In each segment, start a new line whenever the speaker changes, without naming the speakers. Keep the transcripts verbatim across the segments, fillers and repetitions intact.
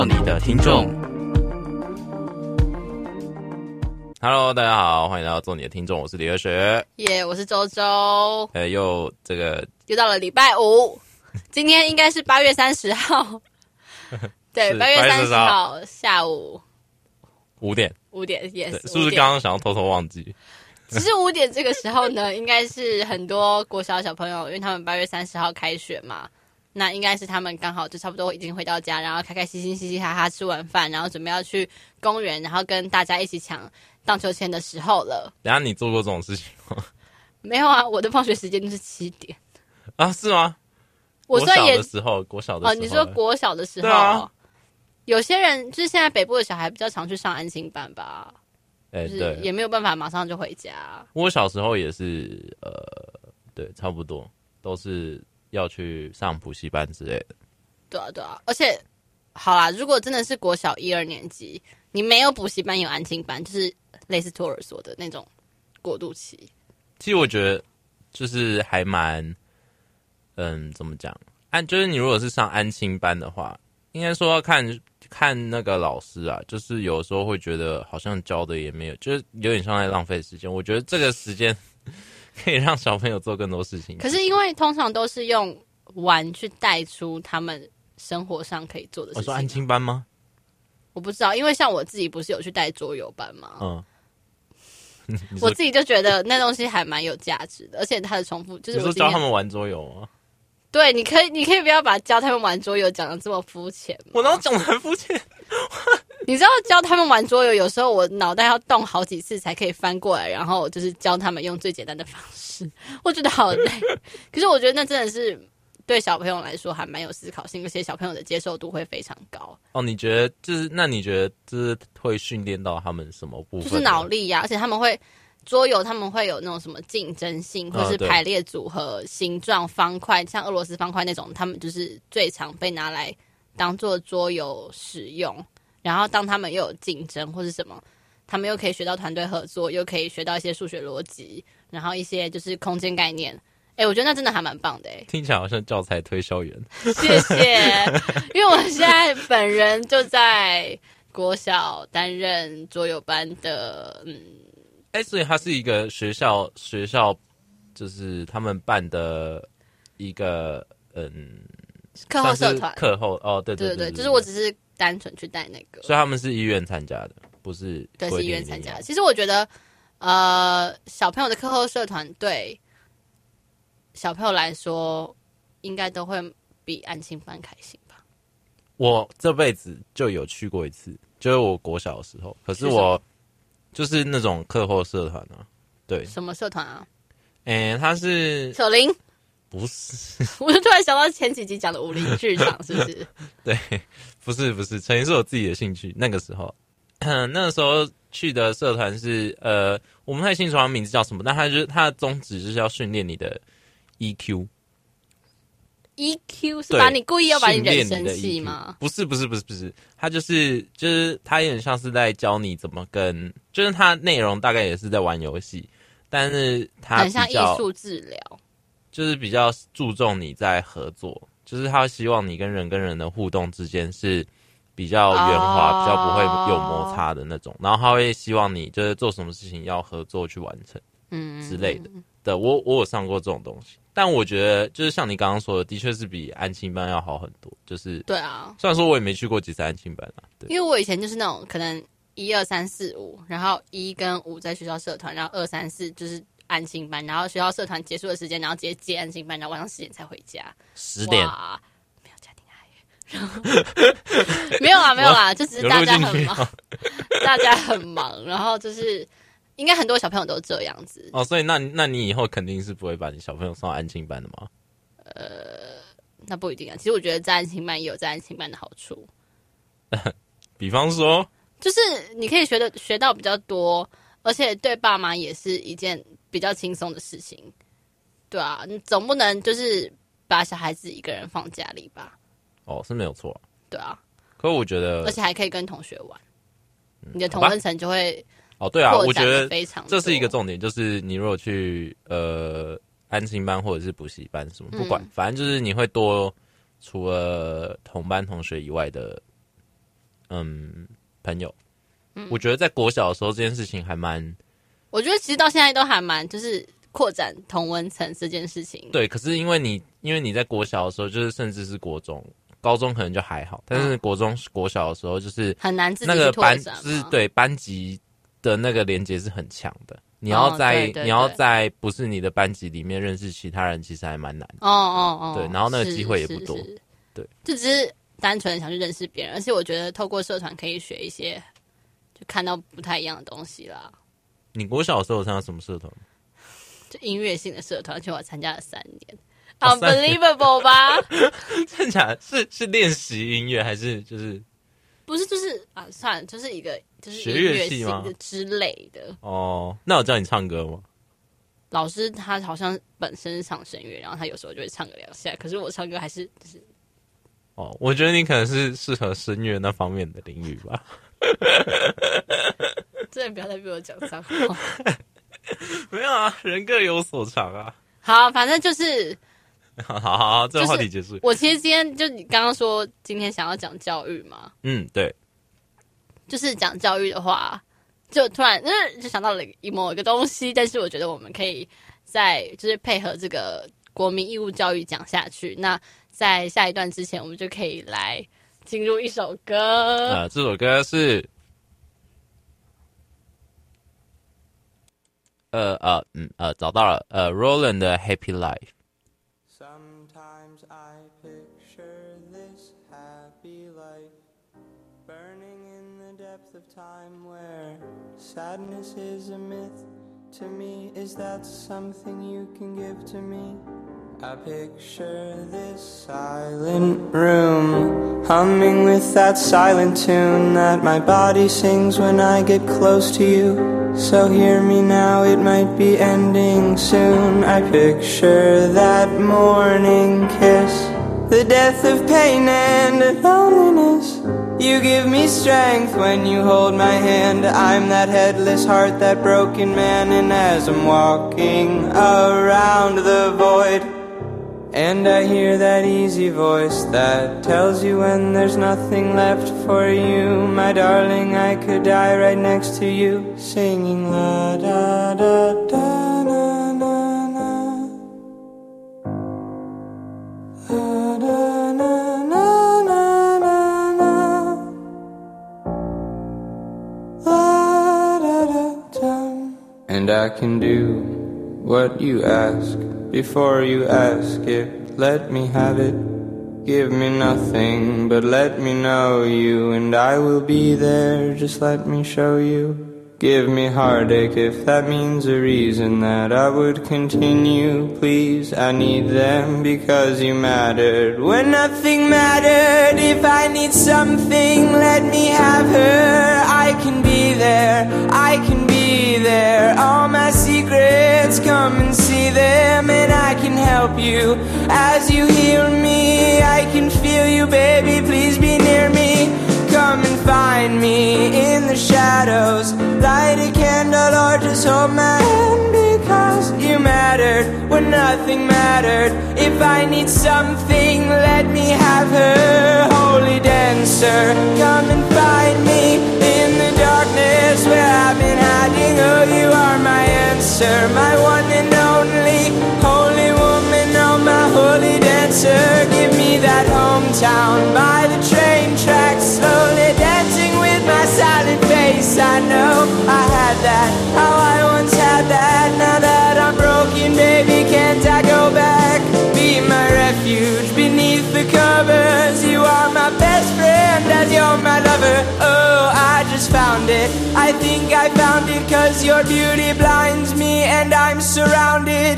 你的听众。Hello， 大家好，欢迎来到做你的听众，我是李二学，
耶， yeah, 我是周周。
呃，又这个
又到了礼拜五，今天应该是八月三十号，对，八月三十号下午
五点，
五点，也、yes,
是不是刚刚想要偷偷忘记？
其实五点这个时候呢，应该是很多国小小朋友，因为他们八月三十号开学嘛。那应该是他们刚好就差不多已经回到家，然后开开心心嘻嘻哈哈吃完饭，然后准备要去公园，然后跟大家一起抢荡秋千的时候了。
等一下你做过这种事情吗？
没有啊，我的放学时间就是七点
啊，是吗？
我虽然也
国小的时候，国小的时候，
哦，你说国小的时候，
啊、
有些人就是现在北部的小孩比较常去上安亲班吧，
哎、欸，
就是也没有办法马上就回家。
我小时候也是，呃，对，差不多都是。要去上补习班之类的，
对啊对啊，而且好啦，如果真的是国小一二年级，你没有补习班有安亲班，就是类似托儿所的那种过渡期。
其实我觉得就是还蛮，嗯，怎么讲？安就是你如果是上安亲班的话，应该说要看看那个老师啊，就是有时候会觉得好像教的也没有，就是有点像在浪费时间。我觉得这个时间。可以让小朋友做更多事情，
可是因为通常都是用玩去带出他们生活上可以做的事情、啊。
我说安亲班吗？
我不知道，因为像我自己不是有去带桌游班吗？
嗯，
我自己就觉得那东西还蛮有价值的，而且它的重复就是我。
你说教他们玩桌游吗？
对，你可以，你可以不要把教他们玩桌游讲得这么肤浅。
我哪有讲得很肤浅？
你知道教他们玩桌游，有时候我脑袋要动好几次才可以翻过来，然后就是教他们用最简单的方式，我觉得好累。可是我觉得那真的是对小朋友来说还蛮有思考性，而且小朋友的接受度会非常高。
哦，你觉得就是那你觉得就是会训练到他们什么部分？
就是脑力呀、啊，而且他们会桌游，他们会有那种什么竞争性，或是排列组合、形状、方块，像俄罗斯方块那种，他们就是最常被拿来当做桌游使用。然后当他们又有竞争或是什么，他们又可以学到团队合作，又可以学到一些数学逻辑，然后一些就是空间概念。哎，我觉得那真的还蛮棒的哎，
听起来好像教材推销员。
谢谢，因为我现在本人就在国小担任桌游班的，嗯，
哎，所以它是一个学校学校就是他们办的一个嗯
课后社团，
课后哦，对对 对,
对, 对, 对, 对，就是我只是单纯去带那个，
所以他们是医院参加的，不是
对，是医院参加的。其实我觉得，呃，小朋友的课后社团对小朋友来说，应该都会比安亲班开心吧。
我这辈子就有去过一次，就是我国小的时候，可是我就是那种课后社团啊，对，
什么社团啊？
哎，他是
扯铃。
不是，
我就突然想到前几集讲的武林剧场，是不是？
对，不是不是，陈怡是我自己的兴趣。那个时候，那个时候去的社团是呃，我不太清楚他名字叫什么，但他就是他的宗旨就是要训练你的 E Q。E
Q 是把你故意要把你人生气吗？
不是不是不是不是，他就是就是他有点像是在教你怎么跟，就是他内容大概也是在玩游戏，但是他
很像艺术治疗。
就是比较注重你在合作，就是他希望你跟人跟人的互动之间是比较圆滑、oh. 比较不会有摩擦的那种。然后他会希望你就是做什么事情要合作去完成，嗯之类的。的我我有上过这种东西，但我觉得就是像你刚刚说的，的确是比安亲班要好很多。就是
对啊，
虽然说我也没去过几次安亲班啊，对，
因为我以前就是那种可能一二三四五，然后一跟五在学校社团，然后二三四就是。安亲班，然后学校社团结束的时间，然后直接接安亲班，然后晚上十点才回家。
十点，
没有家庭爱，没有啦，没有啦，就只是大家很忙，大家很忙，然后就是应该很多小朋友都这样子。
哦，所以那那你以后肯定是不会把你小朋友送到安亲班的吗？
呃，那不一定啊。其实我觉得在安亲班也有在安亲班的好处，
比方说，
就是你可以学的学到比较多，而且对爸妈也是一件。比较轻松的事情，对啊，你总不能就是把小孩子一个人放家里吧？
哦，是没有错、啊，
对啊。
可是我觉得，
而且还可以跟同学玩，嗯、你的同温层就会
哦，对啊，我觉得
非常
这是一个重点，就是你如果去呃安亲班或者是补习班什么，不管、嗯，反正就是你会多除了同班同学以外的嗯朋友。嗯，我觉得在国小的时候这件事情还蛮，
我觉得其实到现在都还蛮就是扩展同温层这件事情。
对，可是因为你因为你在国小的时候，就是甚至是国中。高中可能就还好，但是国中、国小的时候就是
很难自己
那个班，
去拓展
就是对班级的那个连结是很强的。你要在、哦、对对对你要在不是你的班级里面认识其他人，其实还蛮难的。
哦哦哦，
对，然后那个机会也不多。对，
就只是单纯想去认识别人，而且我觉得透过社团可以学一些，就看到不太一样的东西啦。
你国小的时候有参加什么社团？
就音乐性的社团，而且我参加了三年。Unbelievable 吧？
真假的？是是练习音乐还是就是
不是就是啊？算了，就是一个就是
音乐系吗
之类的。
哦，那我叫你唱歌吗？
老师他好像本身是唱声乐，然后他有时候就会唱个两下，可是我唱歌还是就是。
哦，我觉得你可能是适合声乐那方面的领域吧。
真的不要再被我讲脏话。
没有啊，人各有所长啊。
好，反正就是。
好好好，这个话题结束。
就是、我其实今天就你刚刚说今天想要讲教育嘛，
嗯，对，
就是讲教育的话，就突然就想到了某一个东西，但是我觉得我们可以在就是配合这个国民义务教育讲下去。那在下一段之前，我们就可以来进入一首歌。
呃，这首歌是。呃呃嗯呃找到了呃 Roland 的 Happy Life。Sometimes I picture this happy life burning in the depth of time where sadness is a myth to me. Is that something you can give to me? I picture this silent room humming with that silent tune that my body sings when I get close to you. So hear me now, it might be ending soon. I picture that morning kiss, the death of pain and loneliness. You give me strength when you hold my hand. I'm that headless heart, that broken man. And as I'm walking around the void, and I hear that easy voice that tells you when there's nothing left for you. My darling, I could die right next to you, singing la da da da na na na, la da na na na na na, la da da da. And I can do what you ask. Before you ask it, let me have it. Give me nothing, but let me know you, and I will be there, just let me show you. Give me heartache if that means a reason that I would continue. Please, I need them because you mattered when nothing mattered. If I need something, let me have her. I can be there, I can be there. All my secrets, come and see them, and I can help you as you heal me. I can feel you, baby, please be near me. Come and find me in the shadows. Light a candle or just hold my hand, because you mattered when nothing mattered. If I need something, let me have her. Holy dancer, come and find me in the darkness where I've been hiding. Oh, you are my answer, my one and only holy woman. Oh, my holy dancer, give me that hometown by the train tracks, slowly dancing with my silent face. I know I had that, how I once had that. Now that I'm broken, baby, can't I go back? Be my refuge beneath the covers. You are my best friend as you're my lover. Oh, I just found it, I think I found it, 'cause your beauty blinds me and I'm surrounded.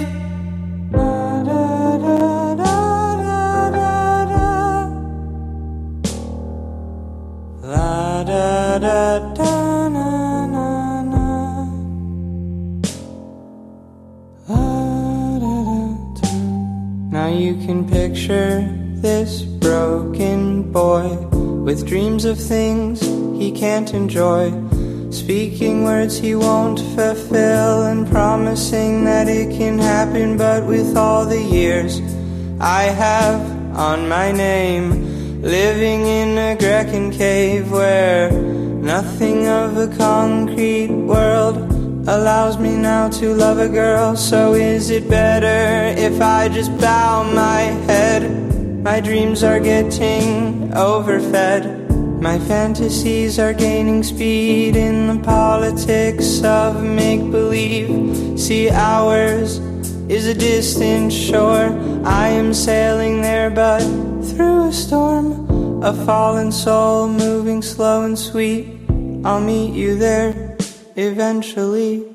La da da da na na na, la da da da. Now you can picture this broken boy with dreams of things he can't enjoy, speaking words he won't fulfill and promising that it can happen. But with all the years I have on my name,
living in a Grecan cave where nothing of a concrete world allows me now to love a girl. So is it better if I just bow my head? My dreams are getting overfed. My fantasies are gaining speed in the politics of make-believe. See, ours is a distant shore. I am sailing there, but through a storm. A fallen soul moving slow and sweet. I'll meet you there eventually.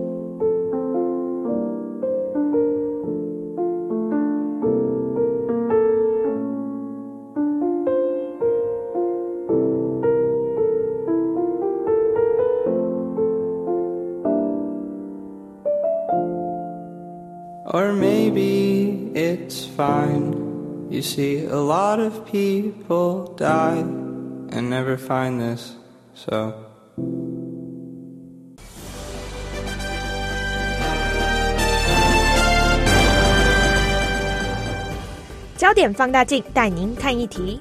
Or maybe it's fine. You see, a lot of people die and never find this, so...
焦点放大镜带您看一题。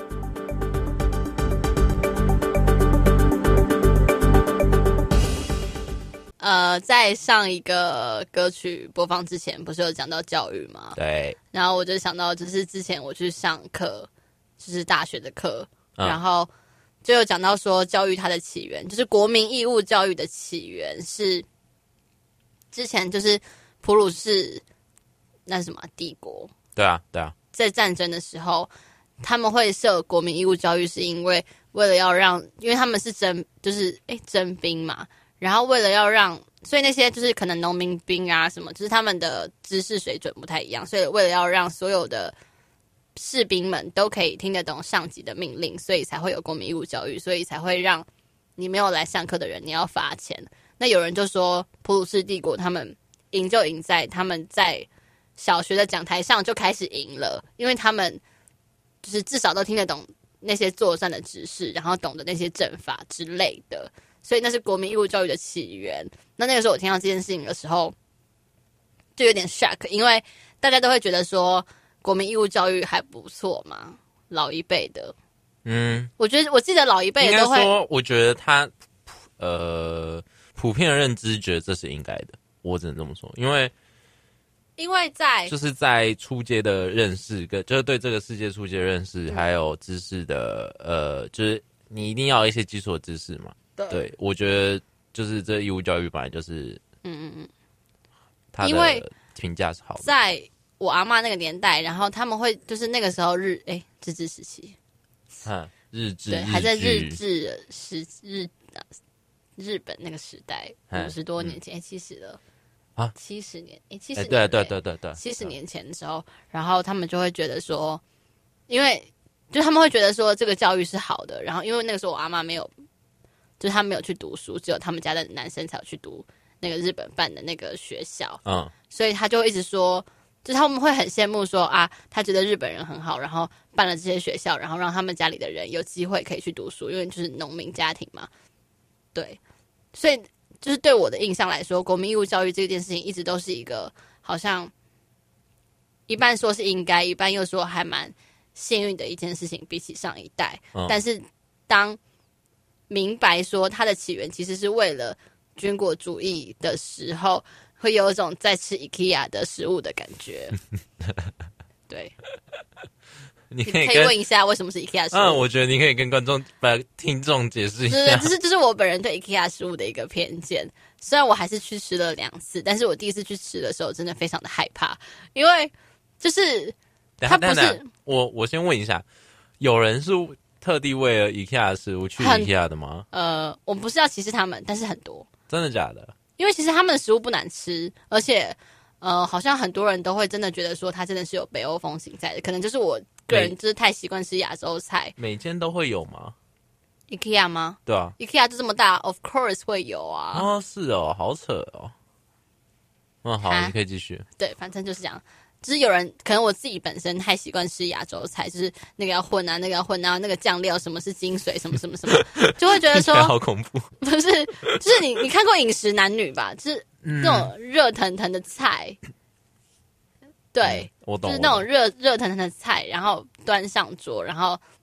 呃，在上一个歌曲播放之前，不是有讲到教育吗？
对。
然后我就想到，就是之前我去上课，就是大学的课，
嗯、
然后就有讲到说，教育它的起源，就是国民义务教育的起源是之前就是普鲁士那是什么帝国？
对啊，对啊，
在战争的时候，他们会设国民义务教育，是因为为了要让，因为他们是征，就是哎征兵嘛。然后为了要让，所以那些就是可能农民兵啊什么，就是他们的知识水准不太一样，所以为了要让所有的士兵们都可以听得懂上级的命令，所以才会有公民义务教育，所以才会让你没有来上课的人你要罚钱。那有人就说普鲁士帝国他们赢就赢在他们在小学的讲台上就开始赢了，因为他们就是至少都听得懂那些作战的知识，然后懂得那些阵法之类的。所以那是国民义务教育的起源。那那个时候我听到这件事情的时候，就有点 shock， 因为大家都会觉得说国民义务教育还不错嘛，老一辈的。嗯，我觉得我记得老一辈的都会。
应该说，我觉得他呃普遍的认知觉得这是应该的，我只能这么说，因为
因为在
就是在初阶的认识跟就是对这个世界初阶的认识，嗯、还有知识的呃，就是你一定要有一些基础的知识嘛。对, 对，我觉得就是这义务教育本来就是，嗯嗯嗯，他的评价是好的。
在我阿嬷那个年代，然后他们会就是那个时候日哎日治时期，
嗯，日治
对，还在日治时日日本那个时代，五十多年前，哎、嗯，七十了啊，七十年，哎，七十年，
对对对对对，
七十年前的时候，然后他们就会觉得说，因为就他们会觉得说这个教育是好的，然后因为那个时候我阿嬷没有。就是他没有去读书，只有他们家的男生才有去读那个日本办的那个学校，嗯，所以他就会一直说，就是他们会很羡慕说啊，他觉得日本人很好，然后办了这些学校，然后让他们家里的人有机会可以去读书，因为就是农民家庭嘛，对，所以就是对我的印象来说，国民义务教育这件事情一直都是一个好像一半说是应该，一半又说还蛮幸运的一件事情，比起上一代，嗯、但是当明白说它的起源其实是为了军国主义的时候，会有一种在吃 IKEA 的食物的感觉。对，
你可以
可以问一下为什么是 IKEA 食物？
嗯，我觉得你可以跟观众、把听众解释一下。
这是这是我本人对 IKEA 食物的一个偏见。虽然我还是去吃了两次，但是我第一次去吃的时候真的非常的害怕，因为就是它不是
我我先问一下，有人是特地为了 IKEA 的食物去 IKEA 的吗？
呃，我不是要歧视他们，但是很多。
真的假的？
因为其实他们的食物不难吃，而且呃，好像很多人都会真的觉得说它真的是有北欧风情在的，可能就是我个人就是太习惯吃亚洲菜。
每间都会有吗
？IKEA 吗？
对啊
，IKEA 就这么大 ，of course 会有啊。
哦，是哦，好扯哦。嗯，好，你可以继续。
对，反正就是这样。就是有人可能我自己本身太习惯吃亚洲菜，就是那个要混啊，那个要混啊，那个酱料什么是精髓，什么什么什么，就会觉得说
好恐怖。
不是，就是你你看过《饮食男女》吧？就是那种热腾腾的菜，嗯、对、
嗯，我懂，
就是那种热热腾腾的菜，然后端上桌，然后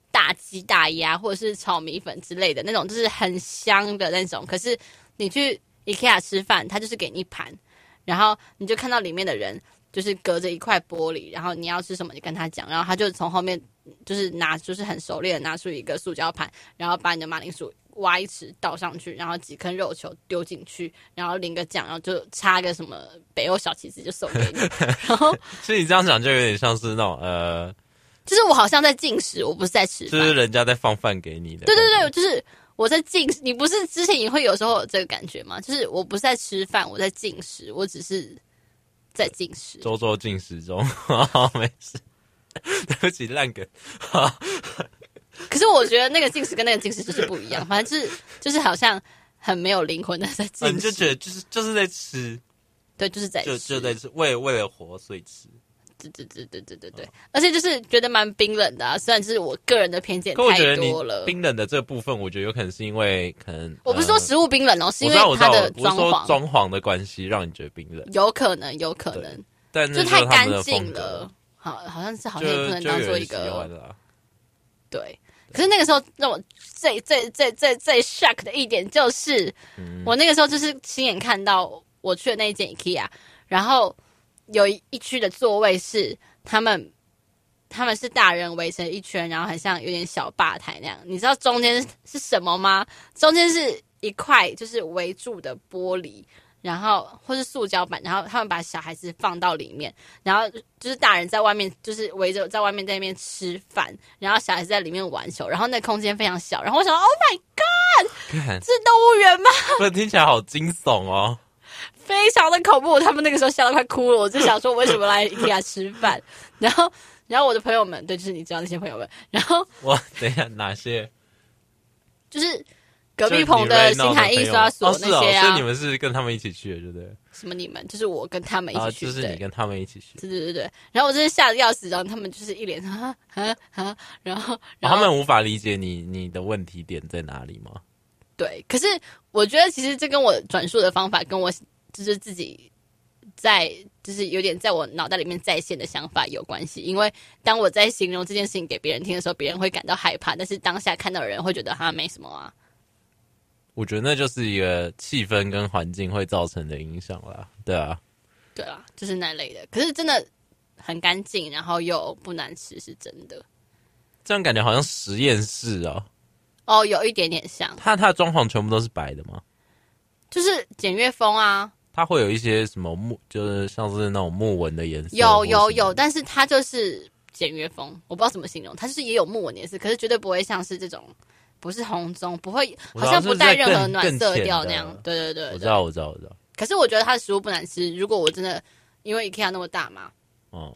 大鸡大鸭或者是炒米粉之类的那种，就是很香的那种。可是你去 IKEA 吃饭，它就是给你一盘，然后你就看到里面的人就是隔着一块玻璃，然后你要吃什么你跟他讲，然后他就从后面就是拿就是很熟练的拿出一个塑胶盘，然后把你的马铃薯挖一匙倒上去，然后几颗肉球丢进去，然后淋个酱，然后就插个什么北欧小旗子就送给你。然后
所以你这样讲就有点像是那种呃，
就是我好像在进食，我不是在吃饭，
就是人家在放饭给你的。
对对对，就是我在进食。你不是之前也会有时候有这个感觉吗？就是我不是在吃饭，我在进食，我只是在进食，
周周进食中。没事，对不起，烂梗。
可是我觉得那个进食跟那个进食就是不一样，反正就是就是好像很没有灵魂的在进食，
你就觉得就是就是在吃，
对，就是在吃，
就就在吃，为为了活所以吃。
对对对对对对对，而且就是觉得蛮冰冷的啊，虽然就是我个人的偏见太多了。
冰冷的这个部分，我觉得有可能是因为可能
我不是说食物冰冷哦，呃、是因为它的装潢
装潢的关系让你觉得冰冷，
有可能有可能，
但
就太干净了，好好像是好像也不能当做一个对。可是那个时候让我最最最最最 shock 的一点就是，嗯、我那个时候就是亲眼看到我去的那一间 IKEA， 然后有一区的座位是他们他们是大人围成一圈，然后很像有点小吧台那样。你知道中间是什么吗？中间是一块就是围住的玻璃。然后或是塑胶板，然后他们把小孩子放到里面，然后就是大人在外面就是围着在外面在那边吃饭，然后小孩子在里面玩球，然后那空间非常小，然后我想 Oh my God， 这是动物园吗？
不是，听起来好惊悚哦，
非常的恐怖。他们那个时候吓得快哭了，我就想说为什么来 IKEA 吃饭？然后然后我的朋友们，对，就是你知道那些朋友们，然后
我等一下哪些？
就是隔壁棚的新海印刷所那些啊，
哦哦，所以你们是跟他们一起去的，对不对？
什么你们？就是我跟他们一起去，
啊，就是你跟他们一起去。
对对对对。然后我真是吓得要死，然后他们就是一脸哈哈哈，然后然后、
哦、他们无法理解你你的问题点在哪里吗？
对，可是我觉得其实这跟我转述的方法，跟我就是自己在就是有点在我脑袋里面再现的想法有关系。因为当我在形容这件事情给别人听的时候，别人会感到害怕，但是当下看到的人会觉得哈没什么啊。
我觉得那就是一个气氛跟环境会造成的影响啦，对啊，
对啊，就是那类的。可是真的很干净，然后又不难吃，是真的。
这样感觉好像实验室哦。
哦，有一点点像。
它它的装潢全部都是白的吗？
就是简约风啊。
它会有一些什么木，就是像是那种木纹的颜色。
有有有，但是它就是简约风，我不知道怎么形容。它就是也有木纹颜色，可是绝对不会像是这种。不是红棕，不会，好像不带任何暖色调那样。对对 对, 对，
我知道，我知道，我知道。
可是我觉得它的食物不难吃。如果我真的因为 IKEA 那么大嘛，哦，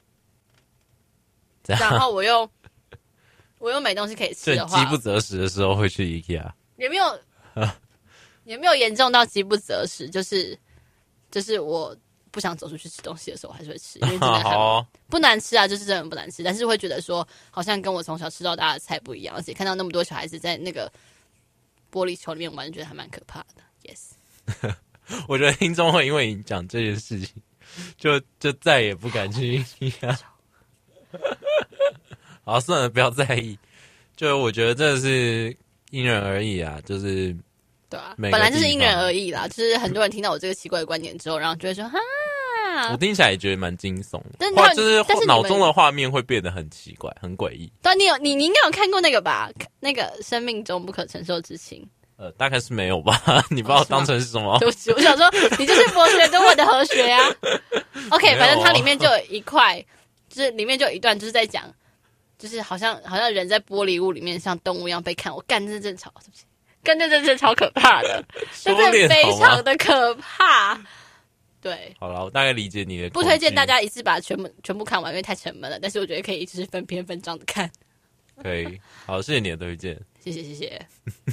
然后我又我又没东西可以吃的话，
饥不择食的时候会去 IKEA，
也没有也没有严重到饥不择食，就是就是我不想走出去吃东西的时候，我还是会吃，因为真的很
哦、
不难吃啊，就是真的不难吃，但是会觉得说，好像跟我从小吃到大的菜不一样，而且看到那么多小孩子在那个玻璃球里面玩，觉得还蛮可怕的。Yes，
我觉得听众会因为你讲这件事情，就就再也不敢去 IKEA。好，算了，不要在意。就我觉得这是因人而异啊，就是。
对啊，本来就是因人而异啦。就是很多人听到我这个奇怪的观点之后，然后就会说哈，
我听起来也觉得蛮惊悚的，
但
是就是脑中的画面会变得很奇怪、很诡异。
对，你有你你应该有看过那个吧？那个生命中不可承受之轻。
呃，大概是没有吧？你把我当成是什么？
哦、对不起，我想说你就是博学多闻的和学啊。OK， 反正它里面就有一块，就是里面就有一段就是在讲，就是好像好像人在玻璃屋里面像动物一样被看。我干，这真吵，对不起。跟这真是超可怕的，真的非常的可怕。对，
好了，我大概理解你的。
不推荐大家一次把它全部全部看完，因为太沉闷了。但是我觉得可以就是分篇分章的看。
可以，好，谢谢你的推荐。
谢谢谢谢。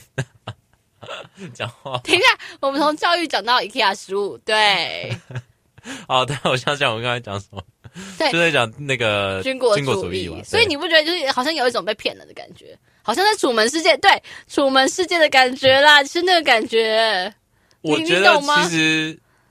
讲话。
等一下，我们从教育讲到 IKEA 食物，对。
好，但我想想，我刚才讲什么？
对，
就在讲那个
军国主义。所以你不觉得就是好像有一种被骗了的感觉？好像在楚门世界，对，楚门世界的感觉啦，是那个感觉。
我觉得其实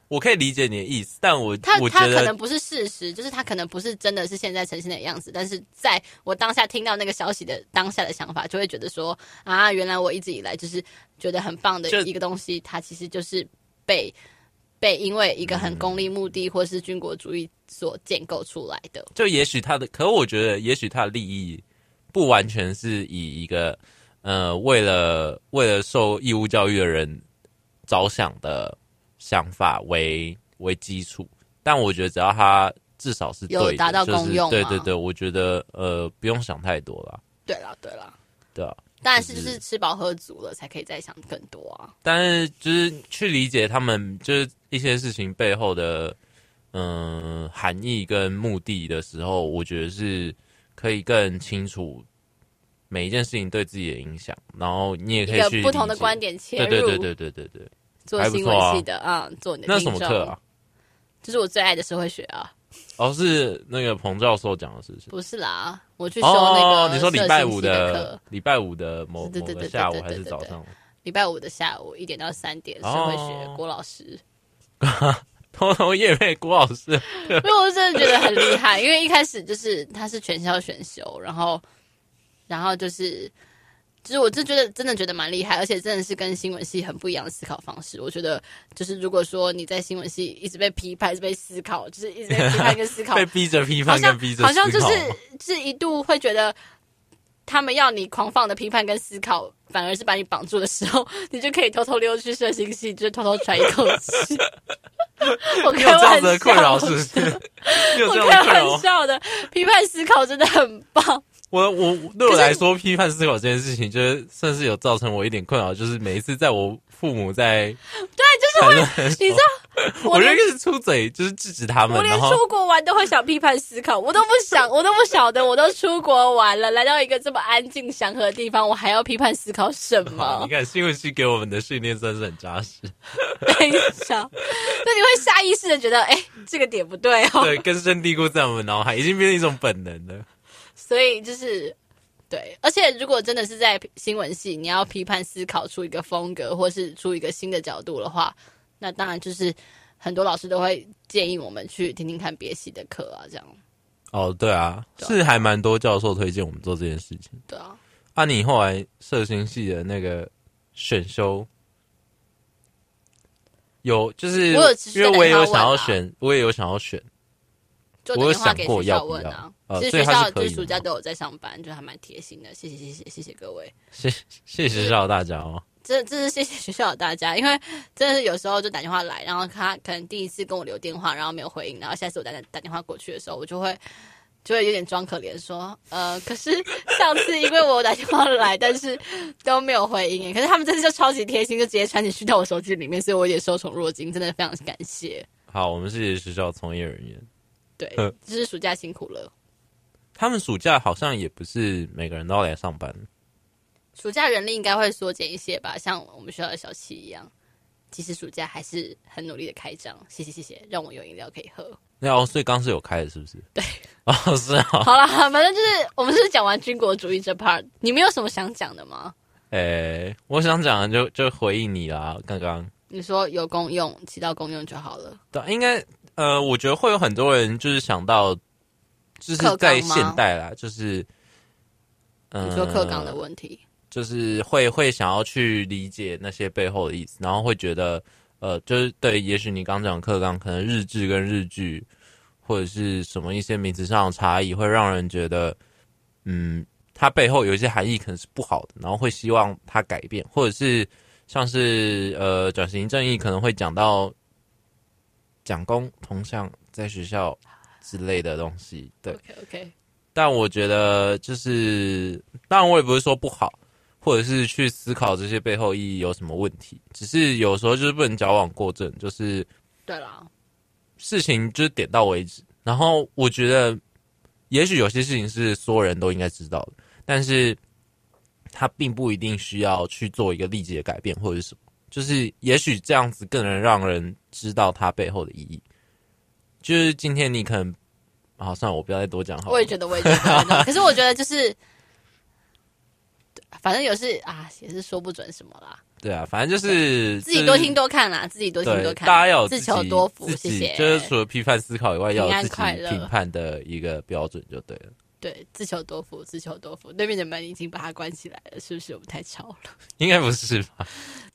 我可以理解你的意思，但我
他
我觉得
他可能不是事实，就是他可能不是真的是现在呈现的样子，但是在我当下听到那个消息的当下的想法，就会觉得说啊，原来我一直以来就是觉得很棒的一个东西，它其实就是被被因为一个很功利目的或是军国主义所建构出来的。
就也许他的，可我觉得也许他的利益不完全是以一个呃为了为了受义务教育的人着想的想法为为基础，但我觉得只要他至少是对的，
有达到功用、
就是，对对对，我觉得呃不用想太多啦。
对啦对啦，
对啊，
当然是就是吃饱喝足了才可以再想更多啊。
但是就是去理解他们就是一些事情背后的嗯、呃、含义跟目的的时候，我觉得是可以更清楚每一件事情对自己的影响，然后你也可以去
一个不同的观点切入，
对对对对对对对。
做新闻系的 啊, 啊，做你的
那什么课啊？
就是我最爱的社会学啊。
哦，是那个彭教授讲的事情？
不是啦，我去修那个、
哦、你说礼拜五
的
礼拜五的某某个下午还是早上？
礼拜五的下午一点到三点，社会学、哦、郭老师。
偷偷业配郭老师，
因为我真的觉得很厉害，因为一开始就是他是全校选修，然后然后就是。就是我就觉得真的觉得蛮厉害，而且真的是跟新闻系很不一样的思考方式。我觉得就是如果说你在新闻系一直被批判，一直被思考，就是一直被批判跟思考，
被逼着批判跟逼着思考，
好像就是是一度会觉得他们要你狂放的批判跟思考，反而是把你绑住的时候，你就可以偷偷溜去社新系，就是偷偷喘一口气。我开玩笑的
困扰是不是？
我开玩笑的，批判思考真的很棒。
我我对我来说，批判思考这件事情，就是甚至有造成我一点困扰，就是每一次在我父母在
对，就是会，你知道，
我就一直出嘴，就是制止他们。
我连出国玩都会想批判思考，我都不想，我都不晓得，我都出国玩了，来到一个这么安静祥和的地方，我还要批判思考什么？
你看新闻系给我们的训练算是很扎实。
非常，那你会下意识的觉得，哎、欸，这个点不对哦。
对，根深蒂固在我们脑海，已经变成一种本能了。
所以就是对，而且如果真的是在新闻系，你要批判思考出一个风格，或是出一个新的角度的话，那当然就是很多老师都会建议我们去听听看别系的课啊，这样。
哦，对啊，对啊，是还蛮多教授推荐我们做这件事情。
对啊，
啊，你后来社新系的那个选修有，就是
我有
因为我也有想要选，我也有想要选。
我有想过要不要啊，
呃、
其实学校就是暑假都有在上班，就还蛮贴心的。谢谢谢谢谢谢各位，
谢谢谢学校的大家哦。
这这是谢谢学校的大家，因为真的是有时候就打电话来，然后他可能第一次跟我留电话，然后没有回应，然后下次我打打电话过去的时候，我就会就会有点装可怜说，呃，可是上次因为我打电话来，但是都没有回应，可是他们这次就超级贴心，就直接传简讯到我手机里面，所以我也受宠若惊，真的非常感谢。
好，我们谢谢学校从业人员。
对，就是暑假辛苦了。
他们暑假好像也不是每个人都要来上班。
暑假人力应该会缩减一些吧，像我们学校的小七一样，其实暑假还是很努力的开张。谢谢谢谢，让我有饮料可以喝。
那哦，所以刚是有开的，是不是？
对，
哦是啊。
好啦，反正就是我们是讲完军国主义这 part， 你们有什么想讲的吗？
诶、欸，我想讲的就就回应你啦，刚刚
你说有功用，起到功用就好了。
对，应该。呃，我觉得会有很多人就是想到，就是在现代啦，就是，
呃、你说课纲的问题，
就是会会想要去理解那些背后的意思，然后会觉得，呃，就是对，也许你刚讲课纲，可能日志跟日剧，或者是什么一些名词上的差异，会让人觉得，嗯，它背后有一些含义可能是不好的，然后会希望它改变，或者是像是呃转型正义可能会讲到。讲公同向在学校之类的东西，对
，OK OK。
但我觉得就是，当然我也不是说不好，或者是去思考这些背后意义有什么问题，只是有时候就是不能矫枉过正，就是
对啦，
事情就是点到为止。然后我觉得，也许有些事情是所有人都应该知道的，但是它并不一定需要去做一个立即的改变或者是什么。就是也许这样子更能让人知道它背后的意义。就是今天你可能，好，算了，我不要再多讲好了。
我也觉得，我也觉得。可是我觉得就是， 反正有是啊，也是说不准什么啦。
对啊，反正就是
自己多听多看啦，自己多听多看，
大家要有
自求多福，谢谢。
就是除了批判思考以外，要有自己
平安快乐
评判的一个标准就对了。
对，自求多福，自求多福。对面的门已经把它关起来了，是不是我们太吵了？
应该不是吧？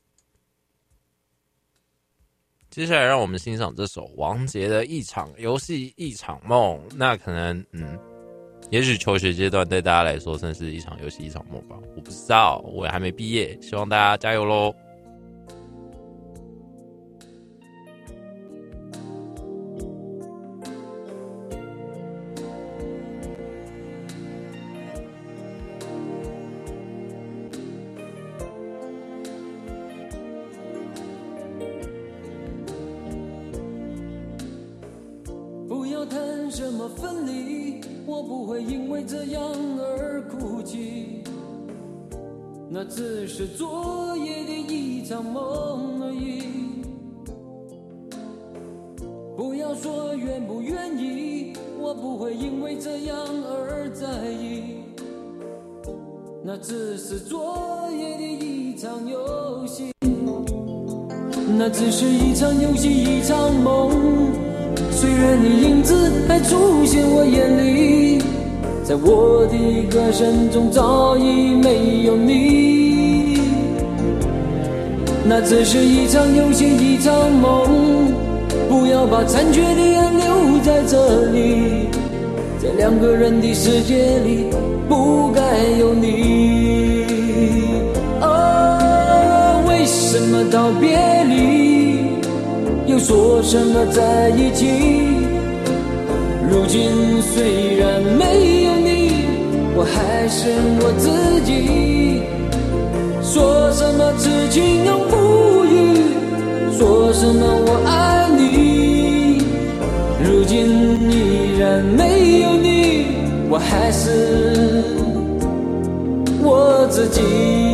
接下来让我们欣赏这首王杰的《一场游戏一场梦》。那可能嗯，也许求学阶段对大家来说真是一场游戏一场梦吧，我不知道，我也还没毕业，希望大家加油咯。
不要谈什么分离，我不会因为这样而哭泣，那只是昨夜的一场梦而已。不要说愿不愿意，我不会因为这样而在意，那只是昨夜的一场游戏，那只是一场游戏一场梦。虽然你影子还出现我眼里，在我的歌声中早已没有你，那只是一场游戏一场梦。不要把残缺的爱留在这里，在两个人的世界里不该有你。哦，为什么道别离又说什么在一起？如今虽然没有你，我还是我自己。说什么痴情永不渝，说什么我爱你，如今依然没有你，我还是我自己。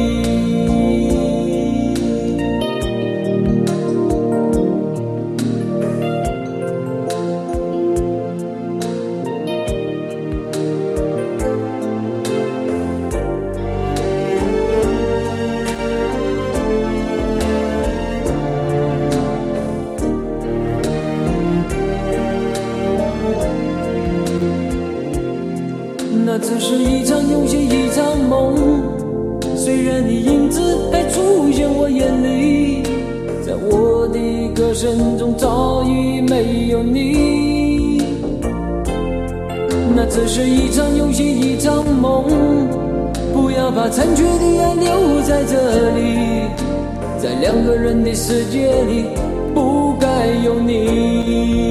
那只是一场游戏一场梦，虽然你影子还出现我眼里，在我的歌声中早已没有你，那只是一场游戏一场梦。不要把残缺的爱留在这里，在两个人的世界里不该有你。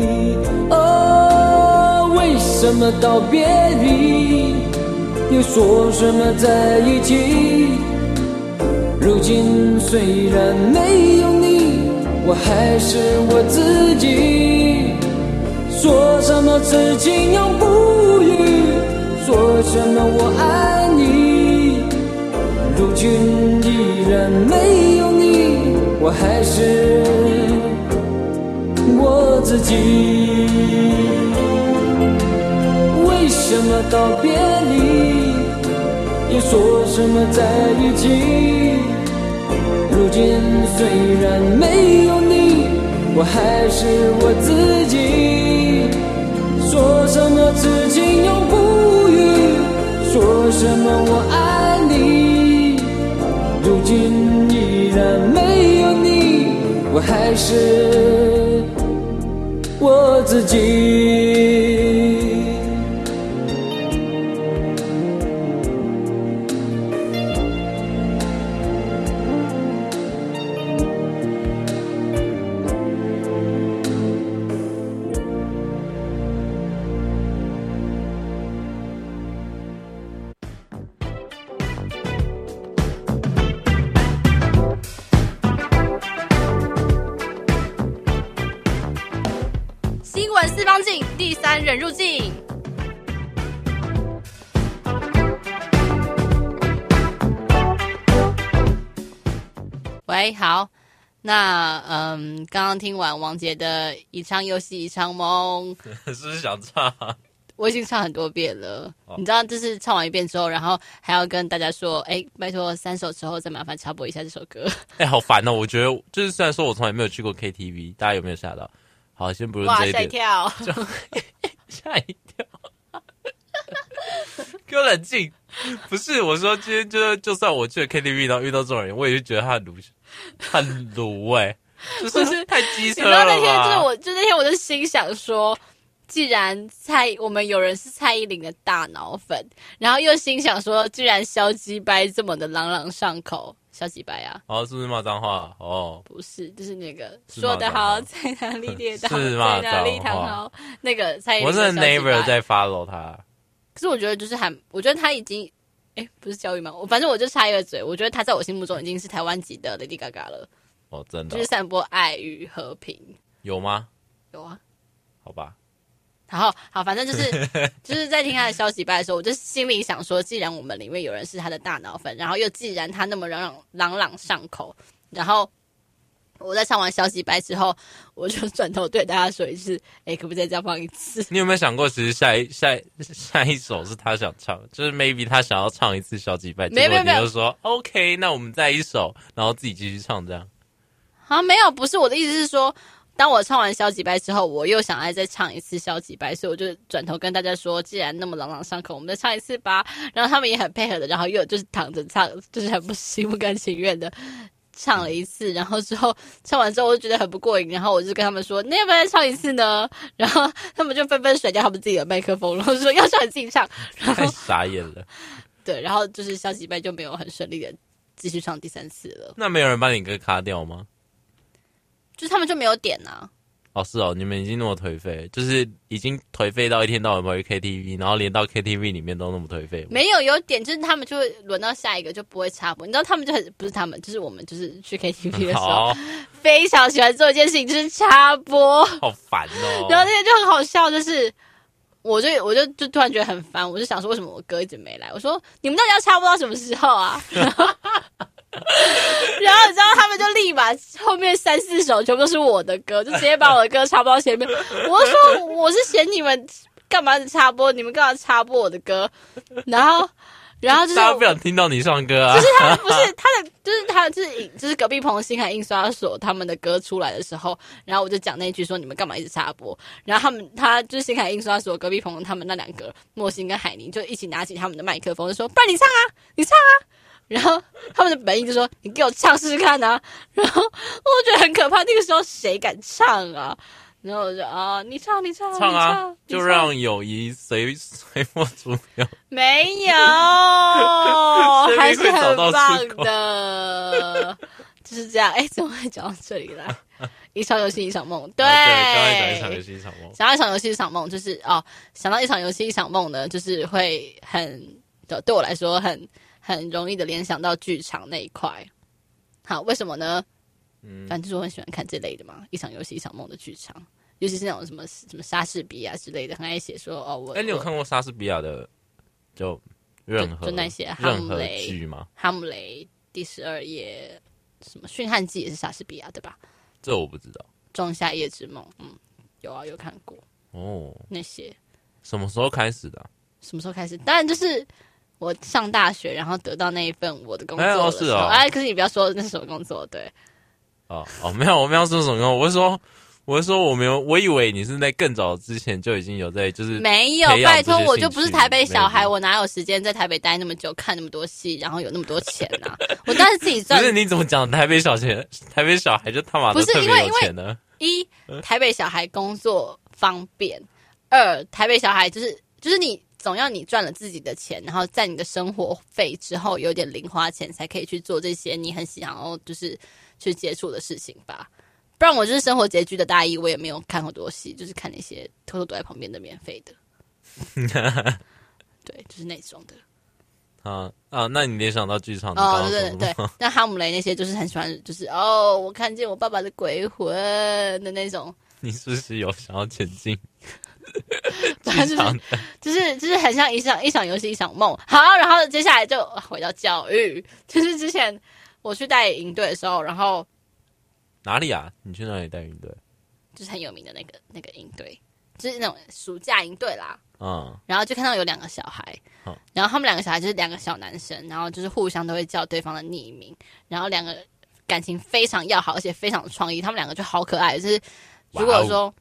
为什么道别离又说什么在一起？如今虽然没有你，我还是我自己。说什么痴情永不渝，说什么我爱你，如今依然没有你，我还是我自己。为什么道别离又说什么在一起？如今虽然没有你，我还是我自己。说什么痴情永不渝，说什么我爱你，如今依然没有你，我还是我自己。
四方镜第三人入境。喂，好，那嗯，刚刚听完王杰的一场游戏一场梦，
是不是想唱？
我已经唱很多遍了，哦、你知道，就是唱完一遍之后，然后还要跟大家说，哎，拜托三首之后再麻烦插播一下这首歌。
哎，好烦哦！我觉得就是虽然说我从来没有去过 K T V， 大家有没有吓到？好，先不论这一点。
哇，吓一跳，
吓一跳，给我冷静！不是，我说今天就就算我去了 K T V， 然后遇到这种人，我也就觉得他很鲁，很鲁哎，就是太机车了吧？
你知道那天就是我，就那天我就心想说。既然蔡我们有人是蔡依林的大脑粉，然后又心想说，既然萧基掰这么的朗朗上口，萧基掰啊，
哦，是不是骂脏话？哦，
不是，就是那个说得好，在哪里跌倒，
在
哪里躺好，那个蔡依林。
我真的 never 在 follow 他。
可是我觉得就是还，我觉得他已经，哎，不是教育吗？我反正我就插一个嘴，我觉得他在我心目中已经是台湾级的 Lady Gaga 了。
哦，真的、哦，
就是散播爱与和平。
有吗？
有啊。
好吧。
然后好，反正就是就是在听他的消息拜的时候，我就心里想说，既然我们里面有人是他的大脑粉，然后又既然他那么朗朗朗朗上口，然后我在唱完消息拜之后，我就转头对大家说一次：“哎，可不可以再放一次？”
你有没有想过，其实下一下下一首是他想唱，就是 maybe 他想要唱一次消息拜，
没有没有，
结果你就说 OK， 那我们再一首，然后自己继续唱这样。
啊，没有，不是我的意思是说。当我唱完消极掰之后，我又想要再唱一次消极掰，所以我就转头跟大家说，既然那么朗朗上口，我们再唱一次吧。然后他们也很配合的，然后又就是躺着唱，就是很不心不甘情愿的唱了一次。然后之后唱完之后，我就觉得很不过瘾，然后我就跟他们说，那要不要再唱一次呢？然后他们就纷纷甩掉他们自己的麦克风，然后说要唱你自己唱。然后
太傻眼了。
对，然后就是消极掰就没有很顺利的继续唱第三次了。
那没有人把你歌卡掉吗？
就是他们就没有点啊。
哦，是哦，你们已经那么颓废，就是已经颓废到一天到晚跑去 K T V， 然后连到 K T V 里面都那么颓废。
没有，有点就是他们就会轮到下一个就不会插播，你知道他们就很不是他们，就是我们就是去 K T V 的时候，非常喜欢做一件事情，就是插播，
好烦哦。
然后那天就很好笑，就是我就我就就突然觉得很烦，我就想说为什么我哥一直没来？我说你们到底要插播到什么时候啊？然后你知道他们就立马后面三四首全部都是我的歌，就直接把我的歌插播到前面。我就说我是嫌你们干嘛插播，你们干嘛插播我的歌？然后，然后就是
大家不想听到你唱歌啊。
就是他不是他的，就是他就是就是隔壁棚星海印刷所他们的歌出来的时候，然后我就讲那句说你们干嘛一直插播？然后他们他就是星海印刷所隔壁棚他们那两个莫欣跟海宁就一起拿起他们的麦克风就说：“不然你唱啊，你唱啊！”然后他们的本意就说：“你给我唱试试看啊！”然后我觉得很可怕，那个时候谁敢唱啊？然后我就啊，你唱，你唱，
唱啊，
唱
就让友谊随随波逐流。
没有，还是很棒的，就是这样。哎，怎么会讲到这里来？一场游戏一场梦，对，
刚才讲一场游戏一场梦，
想到一场游戏一场梦，就是哦，想到一场游戏一场梦呢，就是会很对我来说很。很容易的联想到剧场那一块，好，为什么呢？嗯，反正就是我很喜欢看这类的嘛，一场游戏一场梦的剧场，尤其是那种什么什么莎士比亚之类的，很爱写说哦，我
哎，你有看过莎士比亚的就任何
就那些
任何剧吗？
哈姆雷第十二页，什么驯汉记也是莎士比亚对吧？
这我不知道。
仲夏夜之梦，嗯，有啊，有看过
哦。
那些
什么时候开始的、啊？
什么时候开始？当然就是。我上大学，然后得到那一份我的工作的时候，
哎，哦是哦，
哎，可是你不要说那是什么工作，对。
哦哦，没有，我没有说什么工作，我是说，我是说我没有，我以为你是在更早之前就已经有在，就是
没有，拜托，我就不是台北小孩，我哪有时间在台北待那么久，看那么多戏，然后有那么多钱啊？我当然自己赚。
不是你怎么讲台北小钱？台北小孩就他妈的特别有钱呢？
一台北小孩工作方便，二台北小孩就是就是你。总要你赚了自己的钱，然后在你的生活费之后有点零花钱，才可以去做这些你很想要就是去接触的事情吧。不然我就是生活拮据的大一，我也没有看很多戏，就是看那些偷偷躲在旁边的免费的。对，就是那种的。
啊啊，那你联想到剧场
哦，对对对，那哈姆雷那些就是很喜欢，就是哦，我看见我爸爸的鬼魂的那种。
你是不是有想要前进？
反正就是就是就是很像一场一场游戏一场梦。好，然后接下来就回到教育，就是之前我去带营队的时候，然后
哪里啊？你去哪里带营队？
就是很有名的那个那个营队， 就是那种暑假营队啦。
嗯，
然后就看到有两个小孩，
嗯、
然后他们两个小孩就是两个小男生，然后就是互相都会叫对方的匿名，然后两个感情非常要好，而且非常有创意。他们两个就好可爱，就是如果说，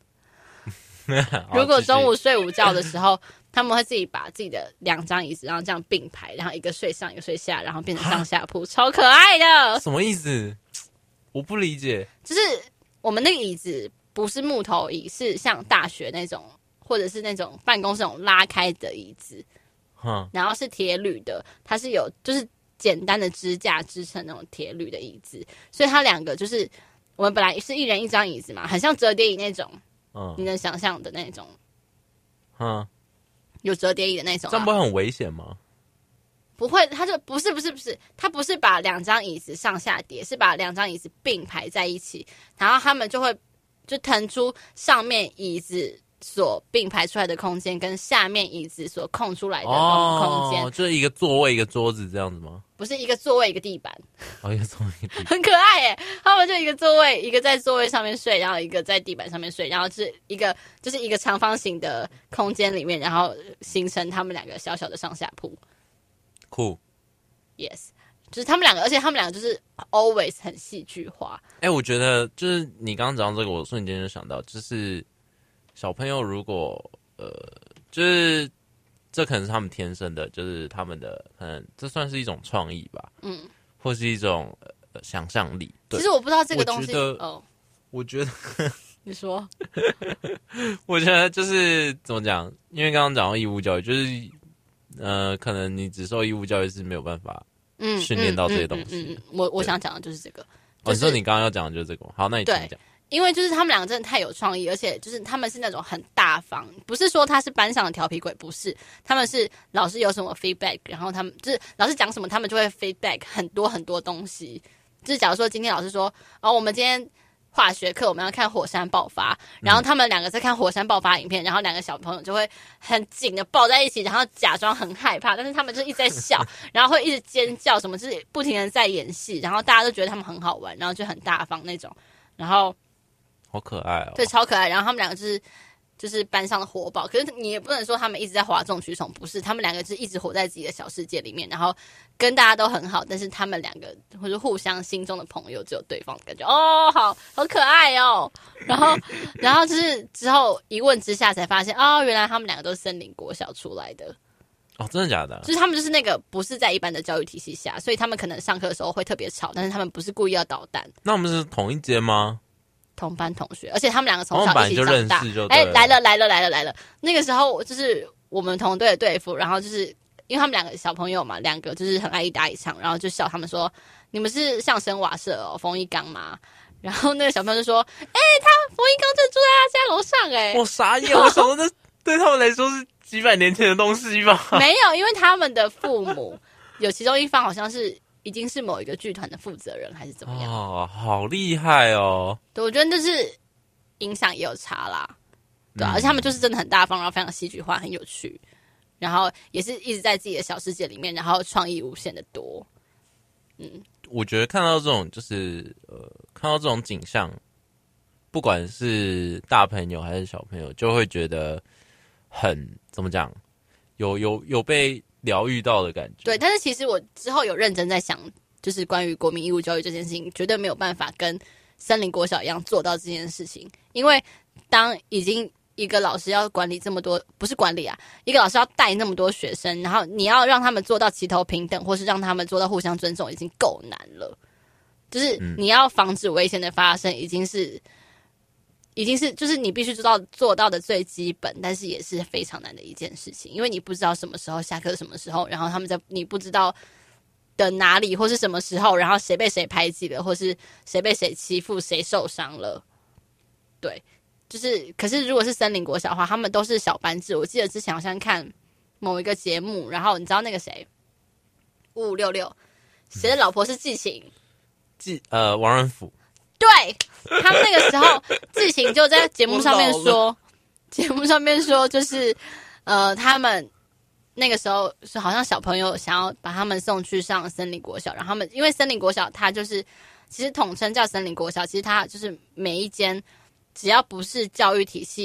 如果中午睡午觉的时候，他们会自己把自己的两张椅子，然后这样并排，然后一个睡上，一个睡下，然后变成上下铺，超可爱的。
什么意思？我不理解。
就是我们那个椅子不是木头椅，是像大学那种。或者是那种办公室那种拉开的椅子，
嗯，
然后是铁铝的，它是有就是简单的支架支撑那种铁铝的椅子，所以它两个就是我们本来是一人一张椅子嘛，很像折叠椅那种，嗯，你能想象的那种，嗯，有折叠椅的那种、啊，
这样不会很危险吗？
不会，它就不是不是不是，它不是把两张椅子上下叠，是把两张椅子并排在一起，然后他们就会就腾出上面椅子所并排出来的空间跟下面椅子所空出来的空间、
哦，就是一个座位一个桌子这样子吗？
不是，一个座位一个地板，
哦，一个座位一个地板，
很可爱耶。他们就一个座位，一个在座位上面睡，然后一个在地板上面睡，然后是一个就是一个长方形的空间里面，然后形成他们两个小小的上下铺。
酷
，yes， 就是他们两个，而且他们两个就是 always 很戏剧化。
哎、欸，我觉得就是你刚刚讲到这个，我瞬间就想到，就是小朋友如果呃，就是这可能是他们天生的，就是他们的可能这算是一种创意吧，嗯，或是一种、呃、想象力。
其实我不知道这个东西哦，
我觉得
你说，
我觉得就是怎么讲，因为刚刚讲到义务教育，就是呃，可能你只受义务教育是没有办法训练到这些东西。嗯嗯嗯嗯、
我我想讲的就是这个。
就是、哦，你说你刚刚要讲的就是这个，好，那你请讲。
因为就是他们两个真的太有创意，而且就是他们是那种很大方，不是说他是班上的调皮鬼，不是，他们是老师有什么 feedback， 然后他们就是老师讲什么，他们就会 feedback 很多很多东西。就是假如说今天老师说，哦，我们今天化学课我们要看火山爆发，然后他们两个在看火山爆发影片，然后两个小朋友就会很紧的抱在一起，然后假装很害怕，但是他们就一直在笑，然后会一直尖叫，什么就是不停的在演戏，然后大家都觉得他们很好玩，然后就很大方那种，然后。
好可爱哦！
对，超可爱。然后他们两个就是就是班上的活宝，可是你也不能说他们一直在哗众取宠，不是，他们两个就是一直活在自己的小世界里面，然后跟大家都很好，但是他们两个或者互相心中的朋友只有对方的感觉。哦，好好可爱哦。然后然后就是之后一问之下才发现，哦，原来他们两个都是森林国小出来的。
哦，真的假的？
就是他们就是那个不是在一般的教育体系下，所以他们可能上课的时候会特别吵，但是他们不是故意要捣蛋。
那我们是同一间吗？
同班同学，而且他们两个从小一起长大。
哎、
欸，来了来了来了来了！那个时候就是我们同队的队服，然后就是因为他们两个小朋友嘛，两个就是很爱一搭一唱，然后就笑他们说：“你们是相声瓦舍哦，冯一刚吗？”然后那个小朋友就说：“哎、欸，他冯一刚就住在他家楼上、欸。”哎，
我傻眼，我想说这对他们来说是几百年前的东西吧？
没有，因为他们的父母有其中一方好像是。已经是某一个剧团的负责人还是怎么样？
哦，好厉害哦！
对，我觉得就是影响也有差啦，对、啊嗯、而且他们就是真的很大方，然后非常戏剧化，很有趣，然后也是一直在自己的小世界里面，然后创意无限的多。嗯，
我觉得看到这种就是呃，看到这种景象，不管是大朋友还是小朋友，就会觉得很怎么讲，有有有被。疗愈到的感觉，
对，但是其实我之后有认真在想，就是关于国民义务教育这件事情，绝对没有办法跟森林国小一样做到这件事情，因为当已经一个老师要管理这么多，不是管理啊，一个老师要带那么多学生，然后你要让他们做到齐头平等，或是让他们做到互相尊重，已经够难了。就是你要防止危险的发生，已经是。已经是就是你必须做到做到的最基本，但是也是非常难的一件事情，因为你不知道什么时候下课，什么时候，然后他们在你不知道的哪里，或是什么时候，然后谁被谁排挤了，或是谁被谁欺负，谁受伤了。对，就是可是如果是森林国小的话，他们都是小班制。我记得之前好像看某一个节目，然后你知道那个谁五五六六谁的老婆是季晴，
季呃王仁甫。
对，他们那个时候，季晴就在节目上面说，节目上面说，就是呃，他们那个时候是好像小朋友想要把他们送去上森林国小，然后他们因为森林国小它就是其实统称叫森林国小，其实它就是每一间只要不是教育体系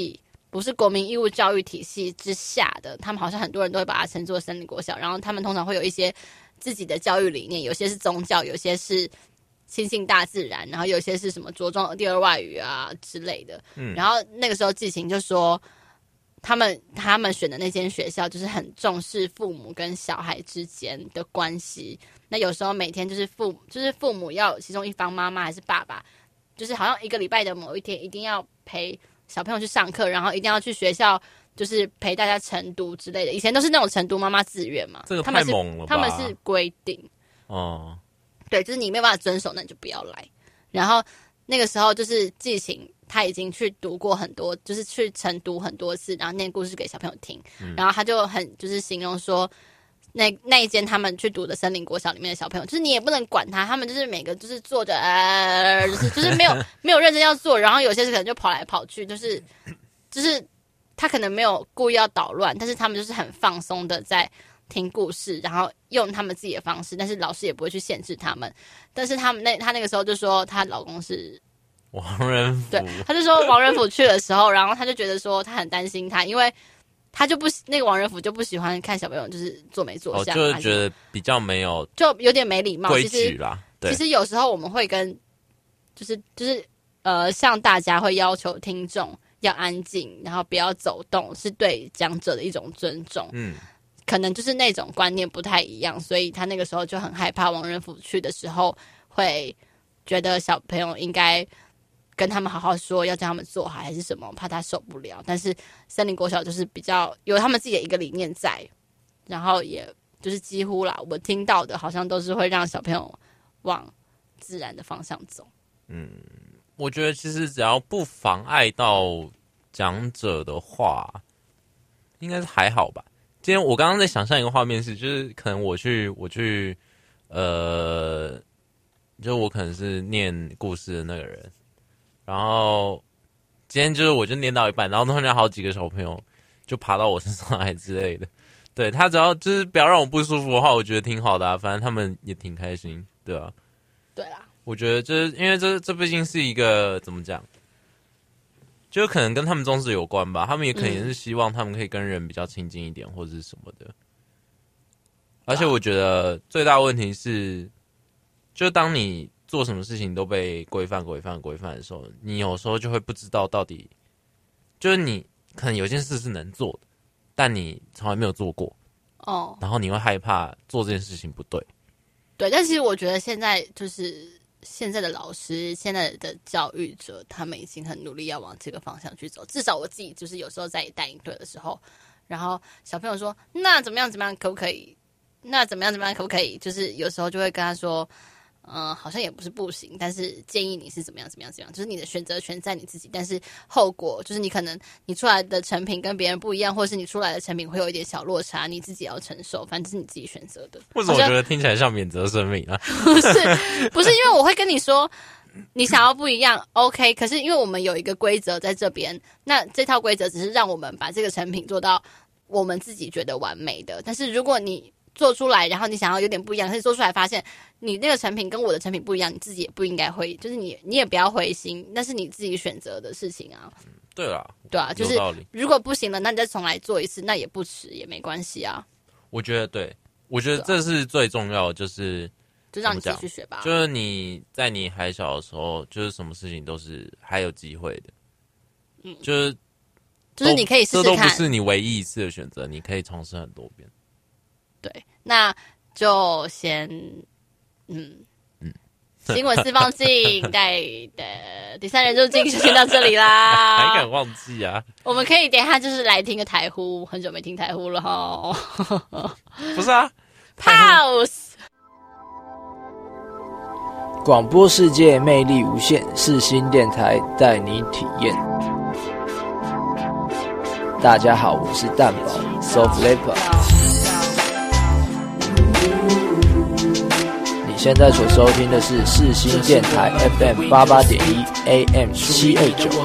不是国民义务教育体系之下的，他们好像很多人都会把它称作森林国小，然后他们通常会有一些自己的教育理念，有些是宗教，有些是亲近大自然，然后有些是什么着重第二外语啊之类的。嗯，然后那个时候季晴就说，他们他们选的那间学校就是很重视父母跟小孩之间的关系。那有时候每天就是父就是父母要其中一方妈妈还是爸爸，就是好像一个礼拜的某一天一定要陪小朋友去上课，然后一定要去学校，就是陪大家晨读之类的。以前都是那种晨读妈妈自愿嘛，
这个太猛了吧？
他们是规定哦，对，就是你没有办法遵守，那你就不要来。然后那个时候就是季晴，他已经去读过很多，就是去晨读很多次，然后念故事给小朋友听。嗯、然后他就很就是形容说，那那一间他们去读的森林国小里面的小朋友，就是你也不能管他，他们就是每个就是坐着，呃，就是就是没有没有认真要做，然后有些是可能就跑来跑去，就是就是他可能没有故意要捣乱，但是他们就是很放松的在听故事，然后用他们自己的方式，但是老师也不会去限制他们。但是他们那他那个时候就说，她老公是
王仁甫，
对，他就说王仁甫去的时候，然后他就觉得说他很担心他，因为他就不那个王仁甫就不喜欢看小朋友就是坐没坐相，
哦，就是觉得比较没有，
就有点没礼貌
规矩啦。
对，其实有时候我们会跟就是就是呃，像大家会要求听众要安静，然后不要走动，是对讲者的一种尊重。嗯。可能就是那种观念不太一样，所以他那个时候就很害怕王仁甫去的时候会觉得小朋友应该跟他们好好说，要叫他们做好还是什么，怕他受不了。但是森林国小就是比较有他们自己的一个理念在，然后也就是几乎啦，我听到的好像都是会让小朋友往自然的方向走。
嗯，我觉得其实只要不妨碍到讲者的话，应该是还好吧。今天我刚刚在想象一个画面是，就是可能我去我去，呃，就我可能是念故事的那个人，然后今天就是我就念到一半，然后突然好几个小朋友就爬到我身上来之类的。对，他只要就是不要让我不舒服的话，我觉得挺好的啊，反正他们也挺开心，对啊。
对啦，
我觉得就是因为这这毕竟是一个怎么讲？就可能跟他们宗旨有关吧，他们也可能也是希望他们可以跟人比较亲近一点，或者是什么的。而且我觉得最大的问题是，就当你做什么事情都被规范、规范、规范的时候，你有时候就会不知道到底，就是你可能有件事是能做的，但你从来没有做过哦，然后你会害怕做这件事情不对。
对，但其实我觉得现在就是。现在的老师，现在的教育者，他们已经很努力要往这个方向去走。至少我自己就是有时候在带营队的时候，然后小朋友说那怎么样怎么样可不可以？那怎么样怎么样可不可以？就是有时候就会跟他说，嗯、呃，好像也不是不行，但是建议你是怎么样怎么样怎么样，就是你的选择权在你自己，但是后果就是你可能你出来的成品跟别人不一样，或者是你出来的成品会有一点小落差，你自己要承受，反正是你自己选择的。
为什么我觉得听起来像免责声明啊？
不是，不是，因为我会跟你说，你想要不一样 ，OK， 可是因为我们有一个规则在这边，那这套规则只是让我们把这个成品做到我们自己觉得完美的，但是如果你做出来，然后你想要有点不一样，但是做出来发现你那个成品跟我的成品不一样，你自己也不应该灰，就是你你也不要灰心，那是你自己选择的事情啊。
嗯、对啦，
对啊，就是如果不行了，那你再重来做一次，那也不迟，也没关系啊。
我觉得对，我觉得这是最重要的，就是
就让你继续学吧。
就是你在你还小的时候，就是什么事情都是还有机会的，嗯，就是
就是你可以试试看，
这都不是你唯一一次的选择，你可以尝试很多遍。
对，那就先，嗯嗯，新闻四方镜带的第三人入境就先到这里啦。
还敢忘记啊？
我们可以等一下就是来听个台呼，很久没听台呼了哈。
不是啊
，Pause。
广播世界魅力无限，世新电台带你体验。大家好，我是蛋宝 Soft Leopard。现在所收听的是世新电台 F M 八八点一 A M 七二九。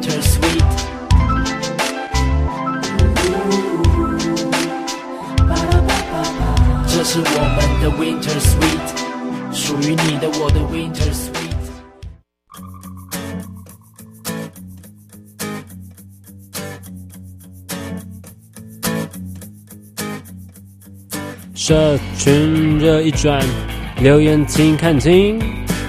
这是我们的 Winter Sweet， 属于你的我的 Winter Sweet。
社群热一转，留言请看清。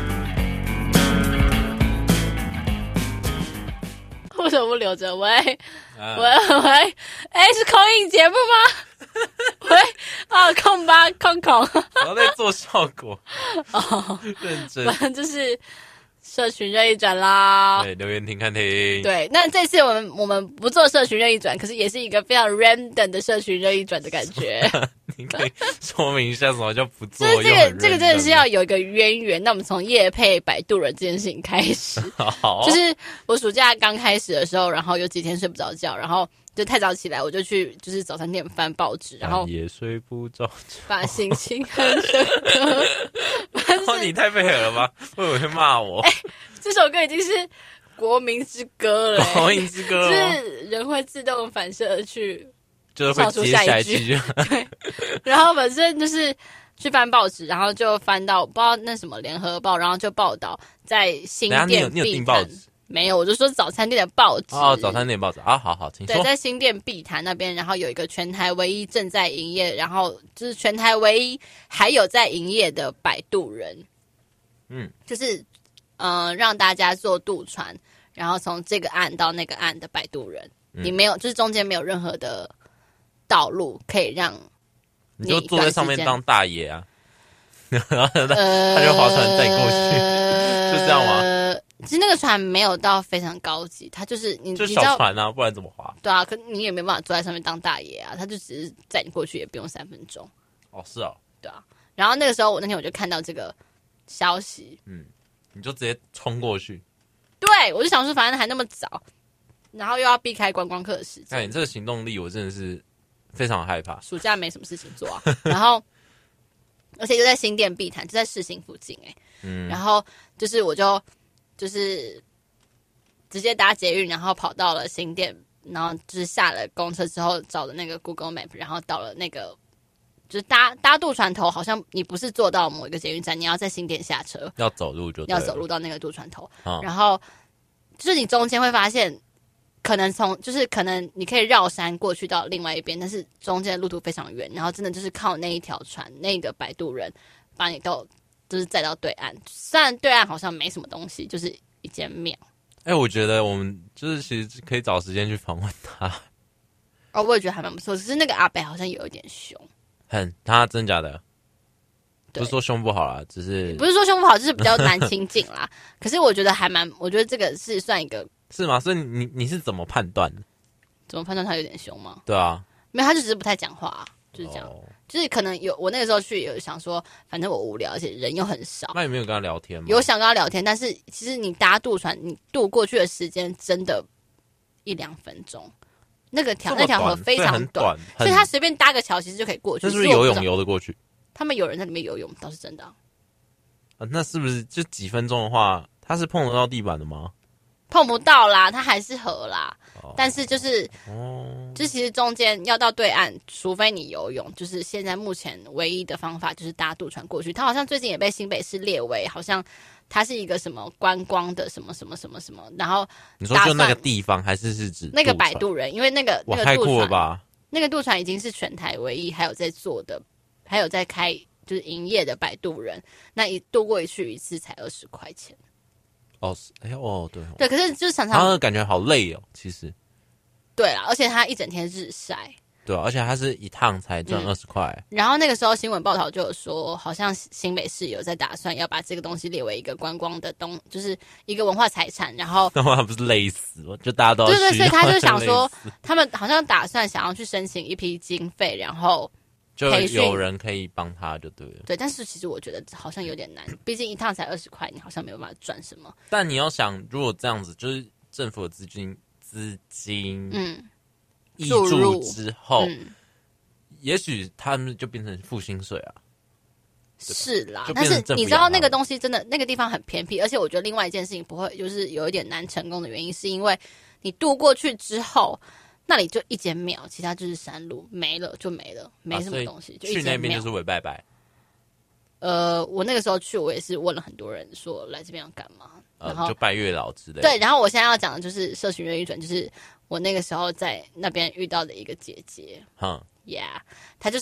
为什么不留着？喂，啊、喂喂，哎，是空印节目吗？喂，啊，空吧，空空。
我在做效果。
哦，
认真。
反正就是社群热议转啦。
对，留言听看听。
对，那这次我们我们不做社群热议转，可是也是一个非常 random 的社群热议转的感觉。
你可以说明一下什么叫不做？
就是这个这个真的是要有一个渊源。那我们从业配摆渡人这件事情开始。
好，
就是我暑假刚开始的时候，然后有几天睡不着觉，然后就太早起来，我就去就是早餐店翻报纸，然后
也睡不着觉，
把心情很深刻。
哦，你太配合了吧？会不会骂我？
哎、欸，这首歌已经是国民之歌了、欸，
国民之歌、哦，
就是人会自动反射而去。
就是会接下一句，
对，然后反正就是去翻报纸，然后就翻到不知道那什么联合报，然后就报道在新店
你有订报纸
没有？我就说早餐店的报纸
哦，早餐店报纸啊，好好，请说。
对，在新店碧潭那边，然后有一个全台唯一正在营业，然后就是全台唯一还有在营业的摆渡人，
嗯，
就是呃让大家坐渡船，然后从这个岸到那个岸的摆渡人，嗯、你没有，就是中间没有任何的道路可以让 你,
你就坐在上面当大爷啊，然后他就划船带过去，呃、是这样吗？
其实那个船没有到非常高级，它就是你
就小船啊，不然怎么划？
对啊，可你也没办法坐在上面当大爷啊，他就只是载你过去，也不用三分钟。
哦，是哦，
对啊。然后那个时候，我那天我就看到这个消息，
嗯，你就直接冲过去。
对，我就想说，反正还那么早，然后又要避开观光客的时间。
哎，你这个行动力，我真的是非常害怕。
暑假没什么事情做啊，然后而且就在新店碧潭，就在世新附近哎、欸，嗯，然后就是我就就是直接搭捷运，然后跑到了新店，然后就是下了公车之后找的那个 Google Map， 然后到了那个就是搭搭渡船头，好像你不是坐到某一个捷运站，你要在新店下车，
要走路就对了
要走路到那个渡船头，哦、然后就是你中间会发现。可能从就是可能你可以绕山过去到另外一边，但是中间的路途非常远，然后真的就是靠那一条船，那个摆渡人把你到就是载到对岸。虽然对岸好像没什么东西，就是一间庙。
哎、欸，我觉得我们就是其实可以找时间去访问他。
哦，我也觉得还蛮不错，只是那个阿北好像有一点凶。
很，他真假的？不是说胸不好啦，只是
不是说胸不好，就是比较难亲近啦。可是我觉得还蛮，我觉得这个是算一个。
是吗？所以你你是怎么判断的？
怎么判断他有点凶吗？
对啊，
没有，他就只是不太讲话、啊，就是这样。哦、就是可能有我那个时候去有想说，反正我无聊，而且人又很少。
那你没有跟他聊天吗？
有想跟他聊天，但是其实你搭渡船，你渡过去的时间真的一两分钟。那个条那条河非常短，所以他随便搭个桥其实就可以过去。
那是不是游泳游得过去？
他们有人在里面游泳，倒是真的、啊。
啊，那是不是就几分钟的话，他是碰得到地板的吗？
碰不到啦，它还是河啦，哦、但是就是，哦，就其实中间要到对岸，除非你游泳，就是现在目前唯一的方法就是搭渡船过去。它好像最近也被新北市列为，好像它是一个什么观光的什么什么什么什么。然后
你说就那个地方，还是是指
那个摆渡人？因为那个那个
太酷了吧？
那个渡船已经是全台唯一还有在做的，还有在开就是营业的摆渡人。那一渡过去一次才二十块钱。
哦，哎哦，对
对，可是就是常常，
他感觉好累哦，其实。
对啦，而且他一整天日晒。
对、啊，而且他是一趟才赚二十块。
然后那个时候新闻报道就有说，好像新北市有在打算要把这个东西列为一个观光的东，就是一个文化财产。然后
那他不是累死了？就大家都要
对对，所以他就想说，他们好像打算想要去申请一批经费，然后。
就有人可以帮他就对了。
对，但是其实我觉得好像有点难，毕竟一趟才二十块，你好像没有办法赚什么。
但你要想，如果这样子，就是政府的资金资金嗯挹注之后，嗯、也许他们就变成付薪水啊。
是啦，但是你知道那个东西真的那个地方很偏僻，而且我觉得另外一件事情不会就是有一点难成功的原因，是因为你渡过去之后。那里就一间庙，其他就是山路，没了就没了，没什么东西。啊、就一
去那边就是伪拜拜。
呃，我那个时候去，我也是问了很多人，说来这边要干嘛，然后、
呃、就拜月老之类的。
对，然后我现在要讲的就是社群热议转，就是我那个时候在那边遇到的一个姐姐。
嗯
，Yeah， 她就是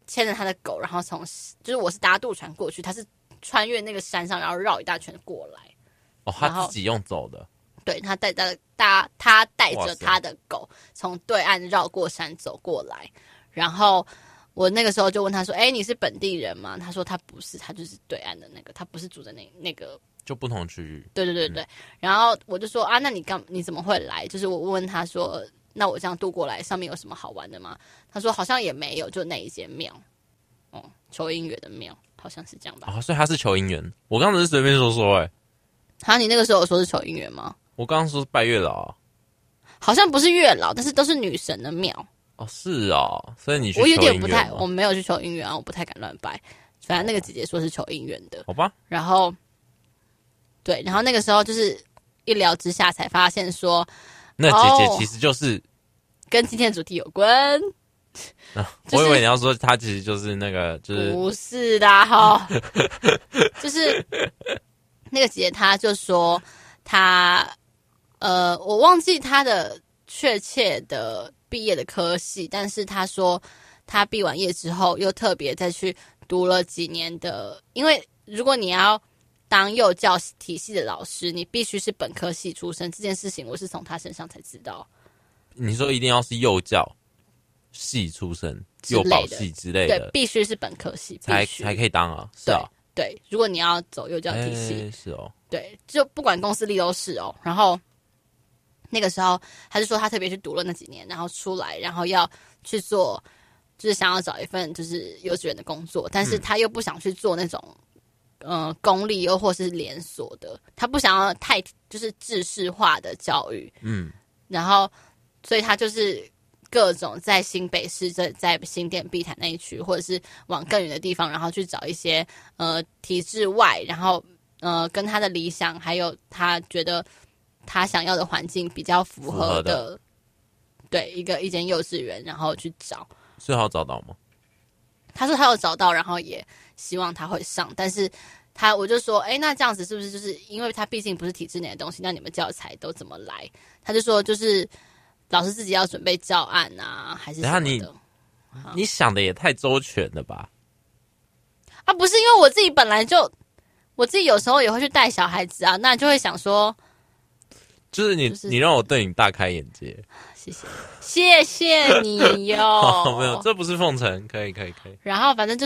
牵着他的狗，然后从就是我是搭渡船过去，他是穿越那个山上，然后绕一大圈过来。
哦，他自己用走的。
对，他带带他他带着他的狗从对岸绕过山走过来，然后我那个时候就问他说：“哎，你是本地人吗？”他说他不是，他就是对岸的那个，他不是住在那那个
就不同区域。
对对对对。嗯、然后我就说啊，那你干你怎么会来？就是我问他说，那我这样渡过来，上面有什么好玩的吗？他说好像也没有，就那一间庙，哦、嗯，求姻缘的庙，好像是这样吧。
哦，所以他是求姻缘。我刚刚只是随便说说、欸，哎。
好，你那个时候有说是求姻缘吗？
我刚刚说是拜月老、啊，
好像不是月老，但是都是女神的庙。
哦，是哦，所以你去求姻缘吗？
我有点不太，我没有去求姻缘啊，我不太敢乱拜。反正那个姐姐说是求姻缘的，
好吧。然
后，对，然后那个时候就是一聊之下才发现说，
那姐姐其实就是、哦、
跟今天的主题有关。
啊就是、我以为你要说她其实就是那个，就是
不是的哈，就是那个姐姐她就说她。呃，我忘记他的确切的毕业的科系，但是他说他毕完业之后又特别再去读了几年的，因为如果你要当幼教体系的老师，你必须是本科系出身。这件事情我是从他身上才知道。
你说一定要是幼教系出身，幼保系之类的，
对，必须是本科系
才才可以当啊，是啊，
对，如果你要走幼教体系，
欸、是哦，
对，就不管公司立都是哦，然后。那个时候，他就说他特别去读了那几年，然后出来，然后要去做，就是想要找一份就是幼稚园的工作，但是他又不想去做那种，嗯、呃，公立又或是连锁的，他不想要太就是制式化的教育，嗯，然后所以他就是各种在新北市在在新店碧潭那一区，或者是往更远的地方，然后去找一些呃体制外，然后呃跟他的理想还有他觉得。他想要的环境比较符合的，
符合的
对一个一间幼稚园，然后去找，
最好找到吗？
他说他有找到，然后也希望他会上，但是他我就说，哎，那这样子是不是就是因为他毕竟不是体制内的东西，那你们教材都怎么来？他就说就是老师自己要准备教案啊，还是什么的？
你你想的也太周全了吧？
啊，不是因为我自己本来就我自己有时候也会去带小孩子啊，那就会想说。
就是你，就是、你让我对你大开眼界，
谢谢，谢谢你哟。
哦、没有，这不是奉承，可以，可以，可以。
然后反正就是，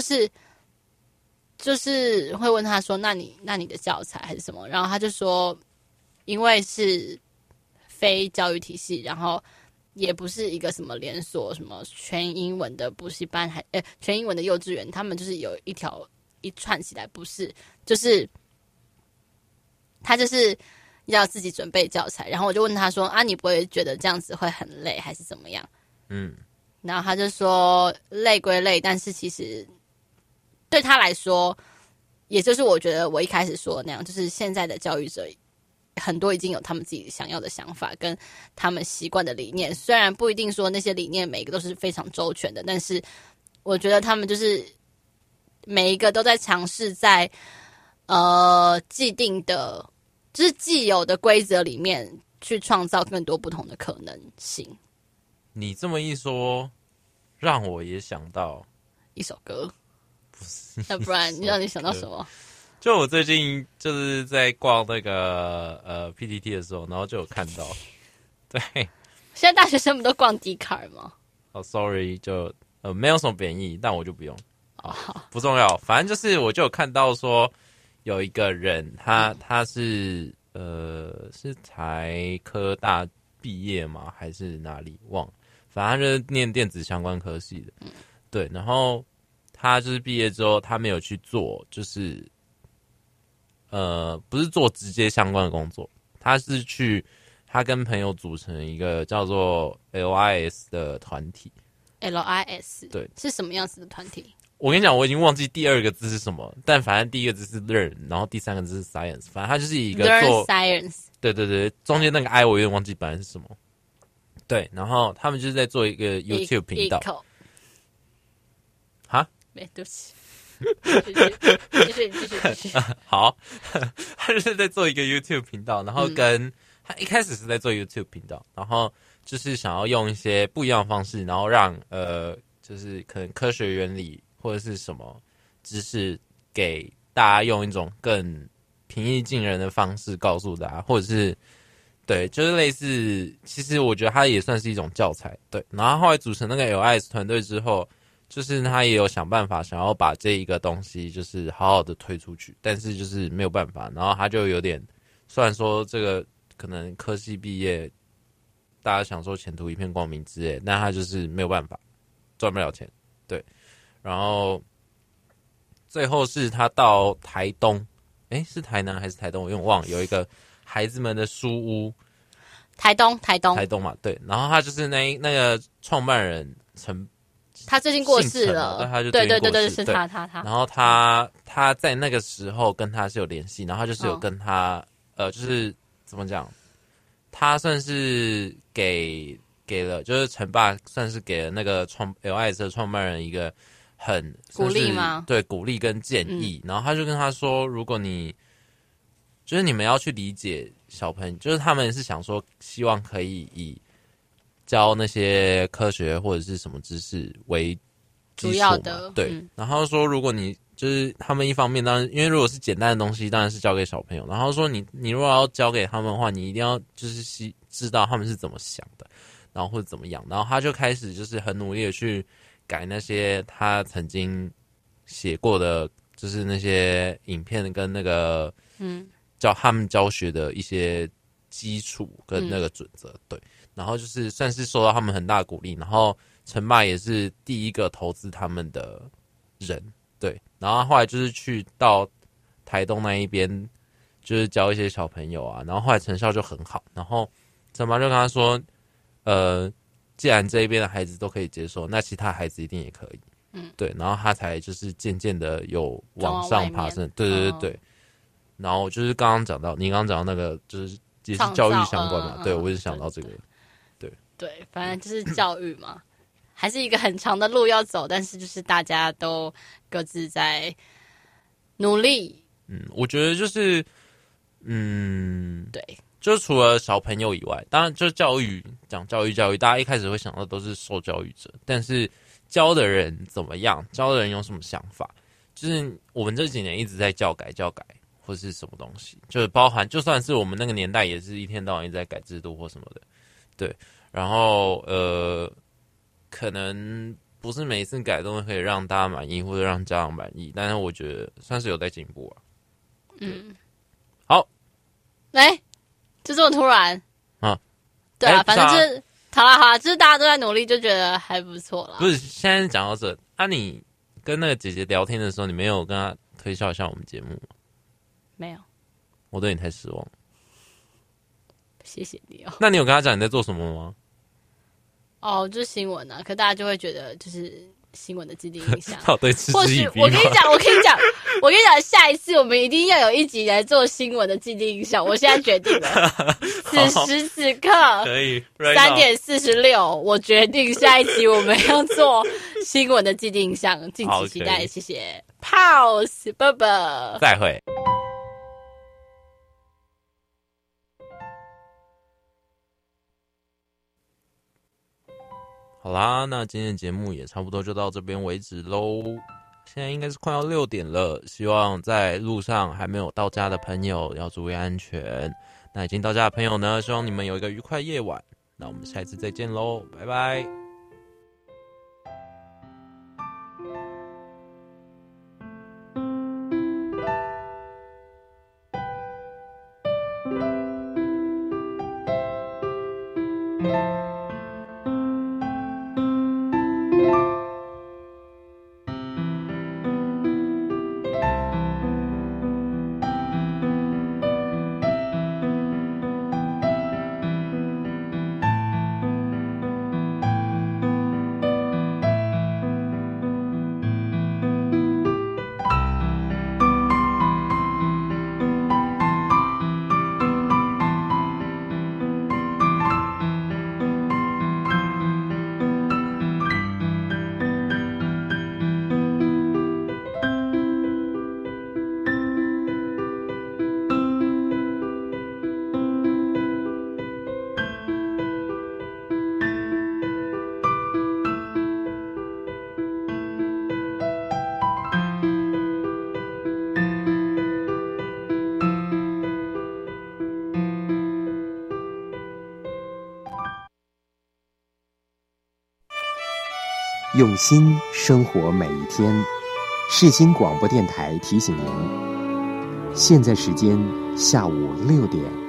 就是会问他说：“那你，那你的教材还是什么？”然后他就说：“因为是非教育体系，然后也不是一个什么连锁、什么全英文的补习班，还呃全英文的幼稚园，他们就是有一条一串起来，不是，就是他就是。”要自己准备教材，然后我就问他说：“啊，你不会觉得这样子会很累，还是怎么样？”嗯，然后他就说：“累归累，但是其实对他来说，也就是我觉得我一开始说的那样，就是现在的教育者很多已经有他们自己想要的想法跟他们习惯的理念，虽然不一定说那些理念每个都是非常周全的，但是我觉得他们就是每一个都在尝试在呃既定的。”就是既有的规则里面去创造更多不同的可能性。
你这么一说，让我也想到
一首歌，
不是？
要不然你让你想到什么？
就我最近就是在逛那个呃 P T T 的时候，然后就有看到，对，
现在大学生不都逛 Dcard 吗？
哦、oh, ，sorry， 就呃没有什么贬义，但我就不用，好，不重要，反正就是我就有看到说。有一个人，他他是呃是台科大毕业吗？还是哪里忘了？反正他就是念电子相关科系的，嗯、对。然后他就是毕业之后，他没有去做，就是呃不是做直接相关的工作，他是去他跟朋友组成一个叫做 L I S 的团体。
L I S
对，
是什么样子的团体？
我跟你讲，我已经忘记第二个字是什么，但反正第一个字是 learn， 然后第三个字是 science， 反正它就是一个做
learn science。对
对对，中间那个 I 我有点忘记本来是什么。对，然后他们就是在做一个 YouTube 频道。哈？
没，对不起。继续继续继续继续。
好，他就是在做一个 YouTube 频道，然后跟、嗯、他一开始是在做 YouTube 频道，然后就是想要用一些不一样的方式，然后让呃。就是可能科学原理或者是什么知识给大家用一种更平易近人的方式告诉大家，或者是对，就是类似，其实我觉得它也算是一种教材。对，然后后来组成那个 L I S 团队之后，就是他也有想办法想要把这一个东西就是好好的推出去，但是就是没有办法，然后他就有点，虽然说这个可能科系毕业，大家想说前途一片光明之类，但他就是没有办法赚不了钱。对，然后最后是他到台东。哎，是台南还是台东？我有点忘了。有一个孩子们的书屋，
台东，台东，
台东嘛，对。然后他就是那那个创办人陈，
他最近过世了，
对，他就
对对对对，是他他他。
然后他他在那个时候跟他是有联系，然后他就是有跟他、嗯、呃，就是怎么讲，他算是给给了，就是陈爸算是给了那个创 L I S 的创办人一个。很
鼓励吗？
对，鼓励跟建议、嗯，然后他就跟他说，如果你就是你们要去理解小朋友，就是他们是想说，希望可以以教那些科学或者是什么知识为基础嘛，主要的，对、嗯。然后说，如果你就是他们一方面，当然因为如果是简单的东西，当然是教给小朋友。然后说你你如果要教给他们的话，你一定要就是知道他们是怎么想的，然后或者怎么样。然后他就开始就是很努力的去。改那些他曾经写过的，就是那些影片跟那个嗯教他们教学的一些基础跟那个准则、嗯，对，然后就是算是受到他们很大的鼓励，然后陈爸也是第一个投资他们的人，对，然后后来就是去到台东那一边，就是教一些小朋友啊，然后后来成效就很好，然后陈爸就跟他说，呃。既然这一边的孩子都可以接受，那其他孩子一定也可以。嗯，对，然后他才就是渐渐的有往上爬升。对对对对、哦。然后就是刚刚讲到，你刚刚讲到那个，就是也是教育相关嘛。对，我也是想到这个。对
对，反正就是教育嘛，还是一个很长的路要走，但是就是大家都各自在努力。
嗯，我觉得就是，嗯，
对。
就除了小朋友以外，当然就是教育，讲教育教育，大家一开始会想到都是受教育者，但是教的人怎么样，教的人有什么想法，就是我们这几年一直在教改教改或是什么东西，就是包含就算是我们那个年代也是一天到晚一直在改制度或什么的，对，然后呃，可能不是每一次改都可以让大家满意或者让家长满意，但是我觉得算是有在进步啊。嗯，好，
来。就这么突然
啊？
对啊，反正就是好啦好啦，就是大家都在努力，就觉得还不错啦。
不是，现在讲到这，啊，你跟那个姐姐聊天的时候，你没有跟她推销一下我们节目吗？
没有，
我对你太失望。
谢谢你哦。
那你有跟她讲你在做什么吗？
哦，就是新闻啊，可大家就会觉得就是新闻的既定印象。
对，
或许我跟你讲，我跟你讲。我跟你讲，下一次我们一定要有一集来做新闻的既定印象。我现在决定了，此时此刻
可以
三点四十六，我决定下一集我们要做新闻的既定印象，敬请期待。谢谢 ，Pause， 拜拜，
再会。好啦，那今天的节目也差不多就到这边为止喽。现在应该是快要六点了，希望在路上还没有到家的朋友要注意安全。那已经到家的朋友呢，希望你们有一个愉快夜晚。那我们下一次再见喽，拜拜。
用心生活每一天。世新广播电台提醒您，现在时间下午六点。